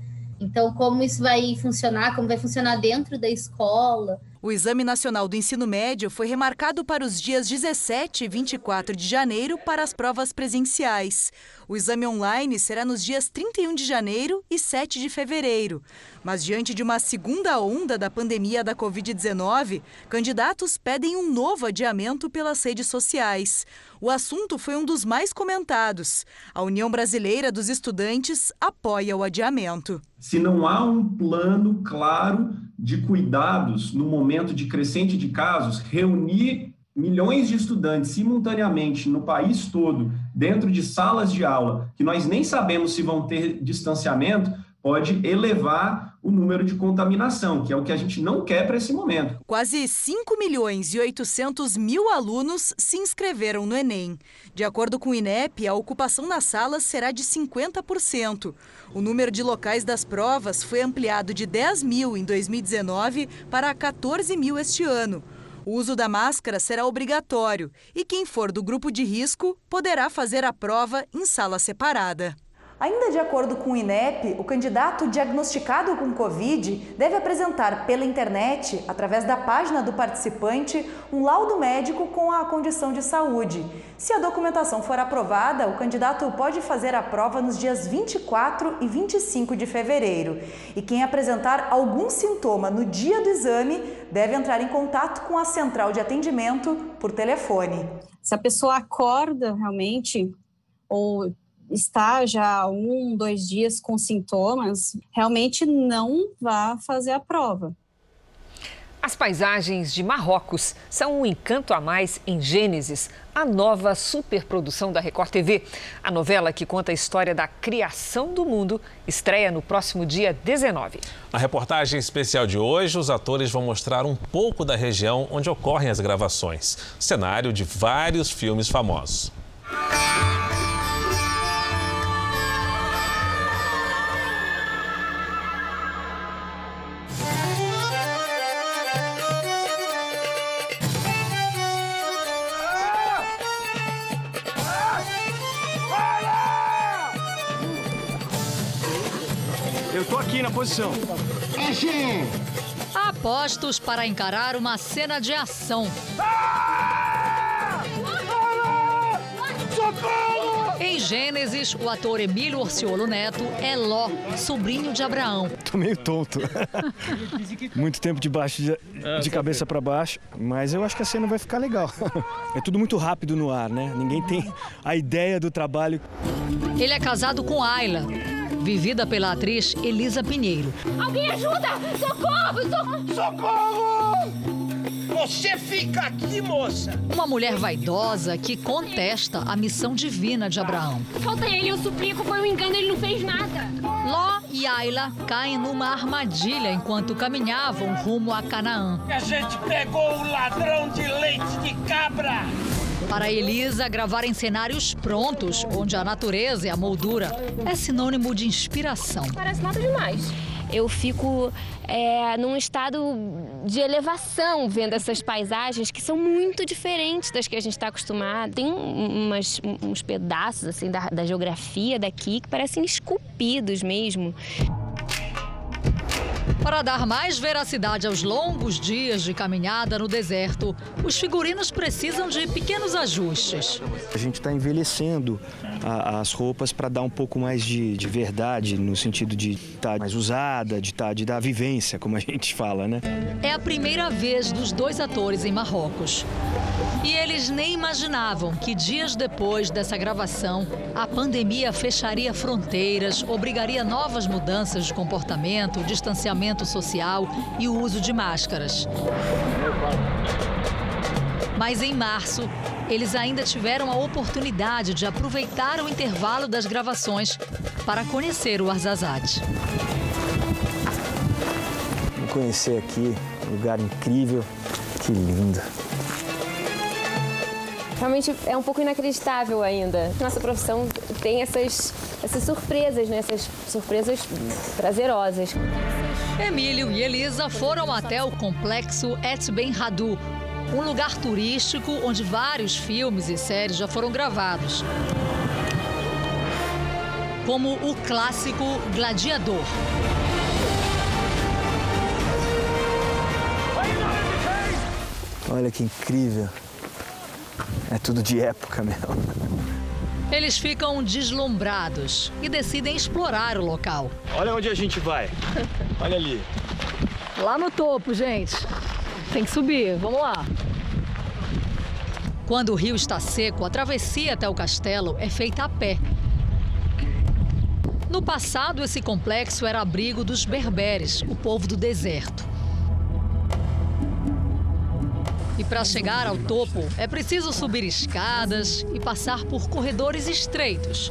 [SPEAKER 11] Então, como isso vai funcionar, como vai funcionar dentro da escola.
[SPEAKER 10] O Exame Nacional do Ensino Médio foi remarcado para os dias 17 e 24 de janeiro para as provas presenciais. O exame online será nos dias 31 de janeiro e 7 de fevereiro. Mas diante de uma segunda onda da pandemia da Covid-19, candidatos pedem um novo adiamento pelas redes sociais. O assunto foi um dos mais comentados. A União Brasileira dos Estudantes apoia o adiamento.
[SPEAKER 12] Se não há um plano claro de cuidados no momento de crescente de casos, reunir milhões de estudantes simultaneamente no país todo, dentro de salas de aula, que nós nem sabemos se vão ter distanciamento, pode elevar o número de contaminação, que é o que a gente não quer para esse momento.
[SPEAKER 10] Quase 5.800.000 alunos se inscreveram no Enem. De acordo com o INEP, a ocupação nas salas será de 50%. O número de locais das provas foi ampliado de 10.000 em 2019 para 14.000 este ano. O uso da máscara será obrigatório e quem for do grupo de risco poderá fazer a prova em sala separada. Ainda de acordo com o INEP, o candidato diagnosticado com Covid deve apresentar pela internet, através da página do participante, um laudo médico com a condição de saúde. Se a documentação for aprovada, o candidato pode fazer a prova nos dias 24 e 25 de fevereiro. E quem apresentar algum sintoma no dia do exame deve entrar em contato com a central de atendimento por telefone.
[SPEAKER 13] Se a pessoa acorda realmente ou está já há 1, 2 dias com sintomas, realmente não vá fazer a prova.
[SPEAKER 2] As paisagens de Marrocos são um encanto a mais em Gênesis, a nova superprodução da Record TV. A novela que conta a história da criação do mundo estreia no próximo dia 19.
[SPEAKER 3] Na reportagem especial de hoje, os atores vão mostrar um pouco da região onde ocorrem as gravações, cenário de vários filmes famosos.
[SPEAKER 14] Eu tô aqui na posição.
[SPEAKER 15] Apostos para encarar uma cena de ação. Em Gênesis, o ator Emílio Orciolo Neto é Ló, sobrinho de Abraão.
[SPEAKER 14] Tô meio tonto. Muito tempo de cabeça para baixo, mas eu acho que a cena vai ficar legal. É tudo muito rápido no ar, né? Ninguém tem a ideia do trabalho.
[SPEAKER 15] Ele é casado com Ayla, vivida pela atriz Elisa Pinheiro.
[SPEAKER 24] Alguém ajuda! Socorro!
[SPEAKER 14] Socorro! Você fica aqui, moça!
[SPEAKER 15] Uma mulher vaidosa que contesta a missão divina de Abraão.
[SPEAKER 24] Solta ele, eu suplico, foi um engano, ele não fez nada.
[SPEAKER 15] Ló e Ayla caem numa armadilha enquanto caminhavam rumo a Canaã.
[SPEAKER 14] A gente pegou o ladrão de leite de cabra!
[SPEAKER 15] Para Elisa, gravar em cenários prontos, onde a natureza e a moldura é sinônimo de inspiração.
[SPEAKER 24] Parece nada demais. Eu fico num estado de elevação vendo essas paisagens que são muito diferentes das que a gente está acostumado. Tem uns pedaços assim da geografia daqui que parecem esculpidos mesmo.
[SPEAKER 15] Para dar mais veracidade aos longos dias de caminhada no deserto, os figurinos precisam de pequenos ajustes.
[SPEAKER 14] A gente está envelhecendo as roupas para dar um pouco mais de verdade, no sentido de estar mais usada, de dar vivência, como a gente fala, né?
[SPEAKER 15] É a primeira vez dos dois atores em Marrocos. E eles nem imaginavam que dias depois dessa gravação, a pandemia fecharia fronteiras, obrigaria novas mudanças de comportamento, distanciamento social e o uso de máscaras. Mas em março, eles ainda tiveram a oportunidade de aproveitar o intervalo das gravações para conhecer o Arzazate.
[SPEAKER 14] Vou conhecer aqui, um lugar incrível, que lindo.
[SPEAKER 24] Realmente é um pouco inacreditável ainda. Nossa profissão tem essas surpresas, né? Essas surpresas prazerosas.
[SPEAKER 15] Emílio e Elisa foram até o complexo Et Ben Haddou, um lugar turístico onde vários filmes e séries já foram gravados. Como o clássico Gladiador.
[SPEAKER 14] Olha que incrível. É tudo de época mesmo.
[SPEAKER 15] Eles ficam deslumbrados e decidem explorar o local.
[SPEAKER 14] Olha onde a gente vai. Olha ali.
[SPEAKER 15] Lá no topo, gente. Tem que subir, vamos lá. Quando o rio está seco, a travessia até o castelo é feita a pé. No passado, esse complexo era abrigo dos berberes, o povo do deserto. E para chegar ao topo, é preciso subir escadas e passar por corredores estreitos.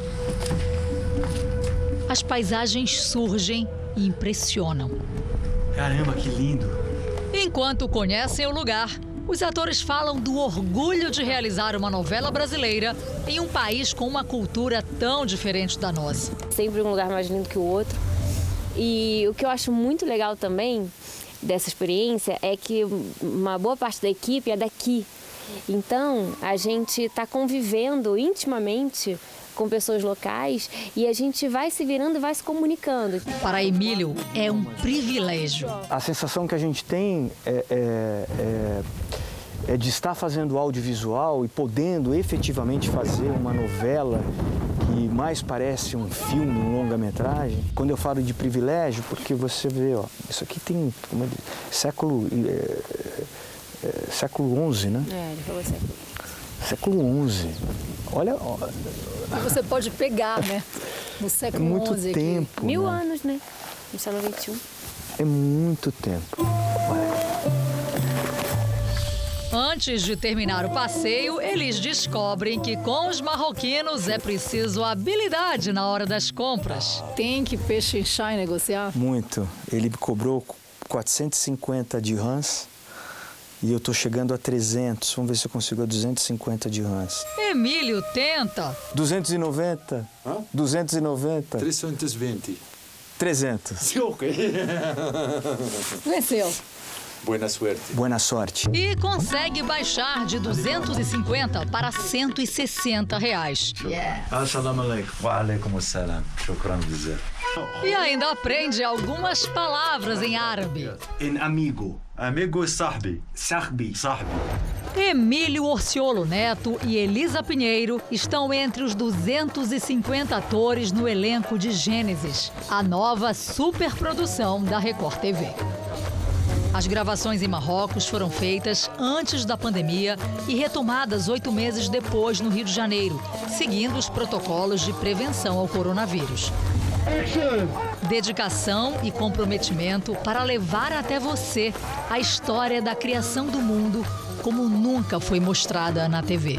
[SPEAKER 15] As paisagens surgem e impressionam.
[SPEAKER 14] Caramba, que lindo!
[SPEAKER 15] Enquanto conhecem o lugar, os atores falam do orgulho de realizar uma novela brasileira em um país com uma cultura tão diferente da nossa.
[SPEAKER 24] Sempre um lugar mais lindo que o outro. E o que eu acho muito legal também dessa experiência é que uma boa parte da equipe é daqui. Então, a gente está convivendo intimamente com pessoas locais e a gente vai se virando e vai se comunicando.
[SPEAKER 15] Para Emílio, é um privilégio.
[SPEAKER 14] A sensação que a gente tem é de estar fazendo audiovisual e podendo efetivamente fazer uma novela que mais parece um filme, um longa-metragem. Quando eu falo de privilégio, porque você vê, ó, isso aqui tem século XI, né?
[SPEAKER 24] Ele falou século.
[SPEAKER 14] Século XI. Olha...
[SPEAKER 15] Você pode pegar, né? No século
[SPEAKER 14] XI. É muito
[SPEAKER 15] aqui.
[SPEAKER 14] tempo.
[SPEAKER 24] 1000
[SPEAKER 14] né?
[SPEAKER 24] anos, né? No século XXI.
[SPEAKER 14] É muito tempo.
[SPEAKER 15] Antes de terminar o passeio, eles descobrem que com os marroquinos é preciso habilidade na hora das compras. Tem que pechinchar e negociar?
[SPEAKER 14] Muito. Ele cobrou 450 dirhams e eu tô chegando a 300. Vamos ver se eu consigo a 250 dirhams.
[SPEAKER 15] Emílio tenta.
[SPEAKER 14] 290.
[SPEAKER 4] Hã?
[SPEAKER 14] 290.
[SPEAKER 4] 320.
[SPEAKER 14] 300.
[SPEAKER 4] Sim, ok.
[SPEAKER 15] Venceu.
[SPEAKER 4] Boa sorte.
[SPEAKER 14] Boa sorte.
[SPEAKER 15] E consegue baixar de 250 para 160 reais.
[SPEAKER 4] Assalamu alaikum. Wa alaikum assalam. Shukran dizer.
[SPEAKER 15] E ainda aprende algumas palavras em árabe.
[SPEAKER 4] Em amigo. Amigo é sahbi. Sahbi. Sahbi.
[SPEAKER 15] Emílio Orciolo Neto e Elisa Pinheiro estão entre os 250 atores no elenco de Gênesis, a nova superprodução da Record TV. As gravações em Marrocos foram feitas antes da pandemia e retomadas 8 meses depois no Rio de Janeiro, seguindo os protocolos de prevenção ao coronavírus. Dedicação e comprometimento para levar até você a história da criação do mundo como nunca foi mostrada na TV.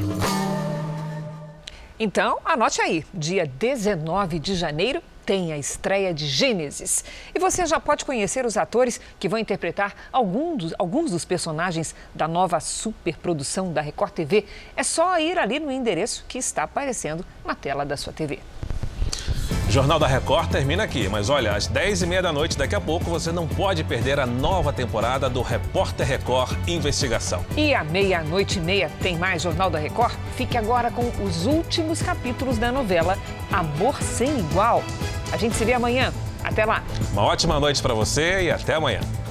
[SPEAKER 2] Então, anote aí, dia 19 de janeiro tem a estreia de Gênesis. E você já pode conhecer os atores que vão interpretar alguns dos personagens da nova superprodução da Record TV. É só ir ali no endereço que está aparecendo na tela da sua TV.
[SPEAKER 3] O Jornal da Record termina aqui, mas olha, às 10h30 da noite, daqui a pouco, você não pode perder a nova temporada do Repórter Record Investigação.
[SPEAKER 2] E à 00:30 tem mais Jornal da Record? Fique agora com os últimos capítulos da novela Amor Sem Igual. A gente se vê amanhã. Até lá.
[SPEAKER 3] Uma ótima noite para você e até amanhã.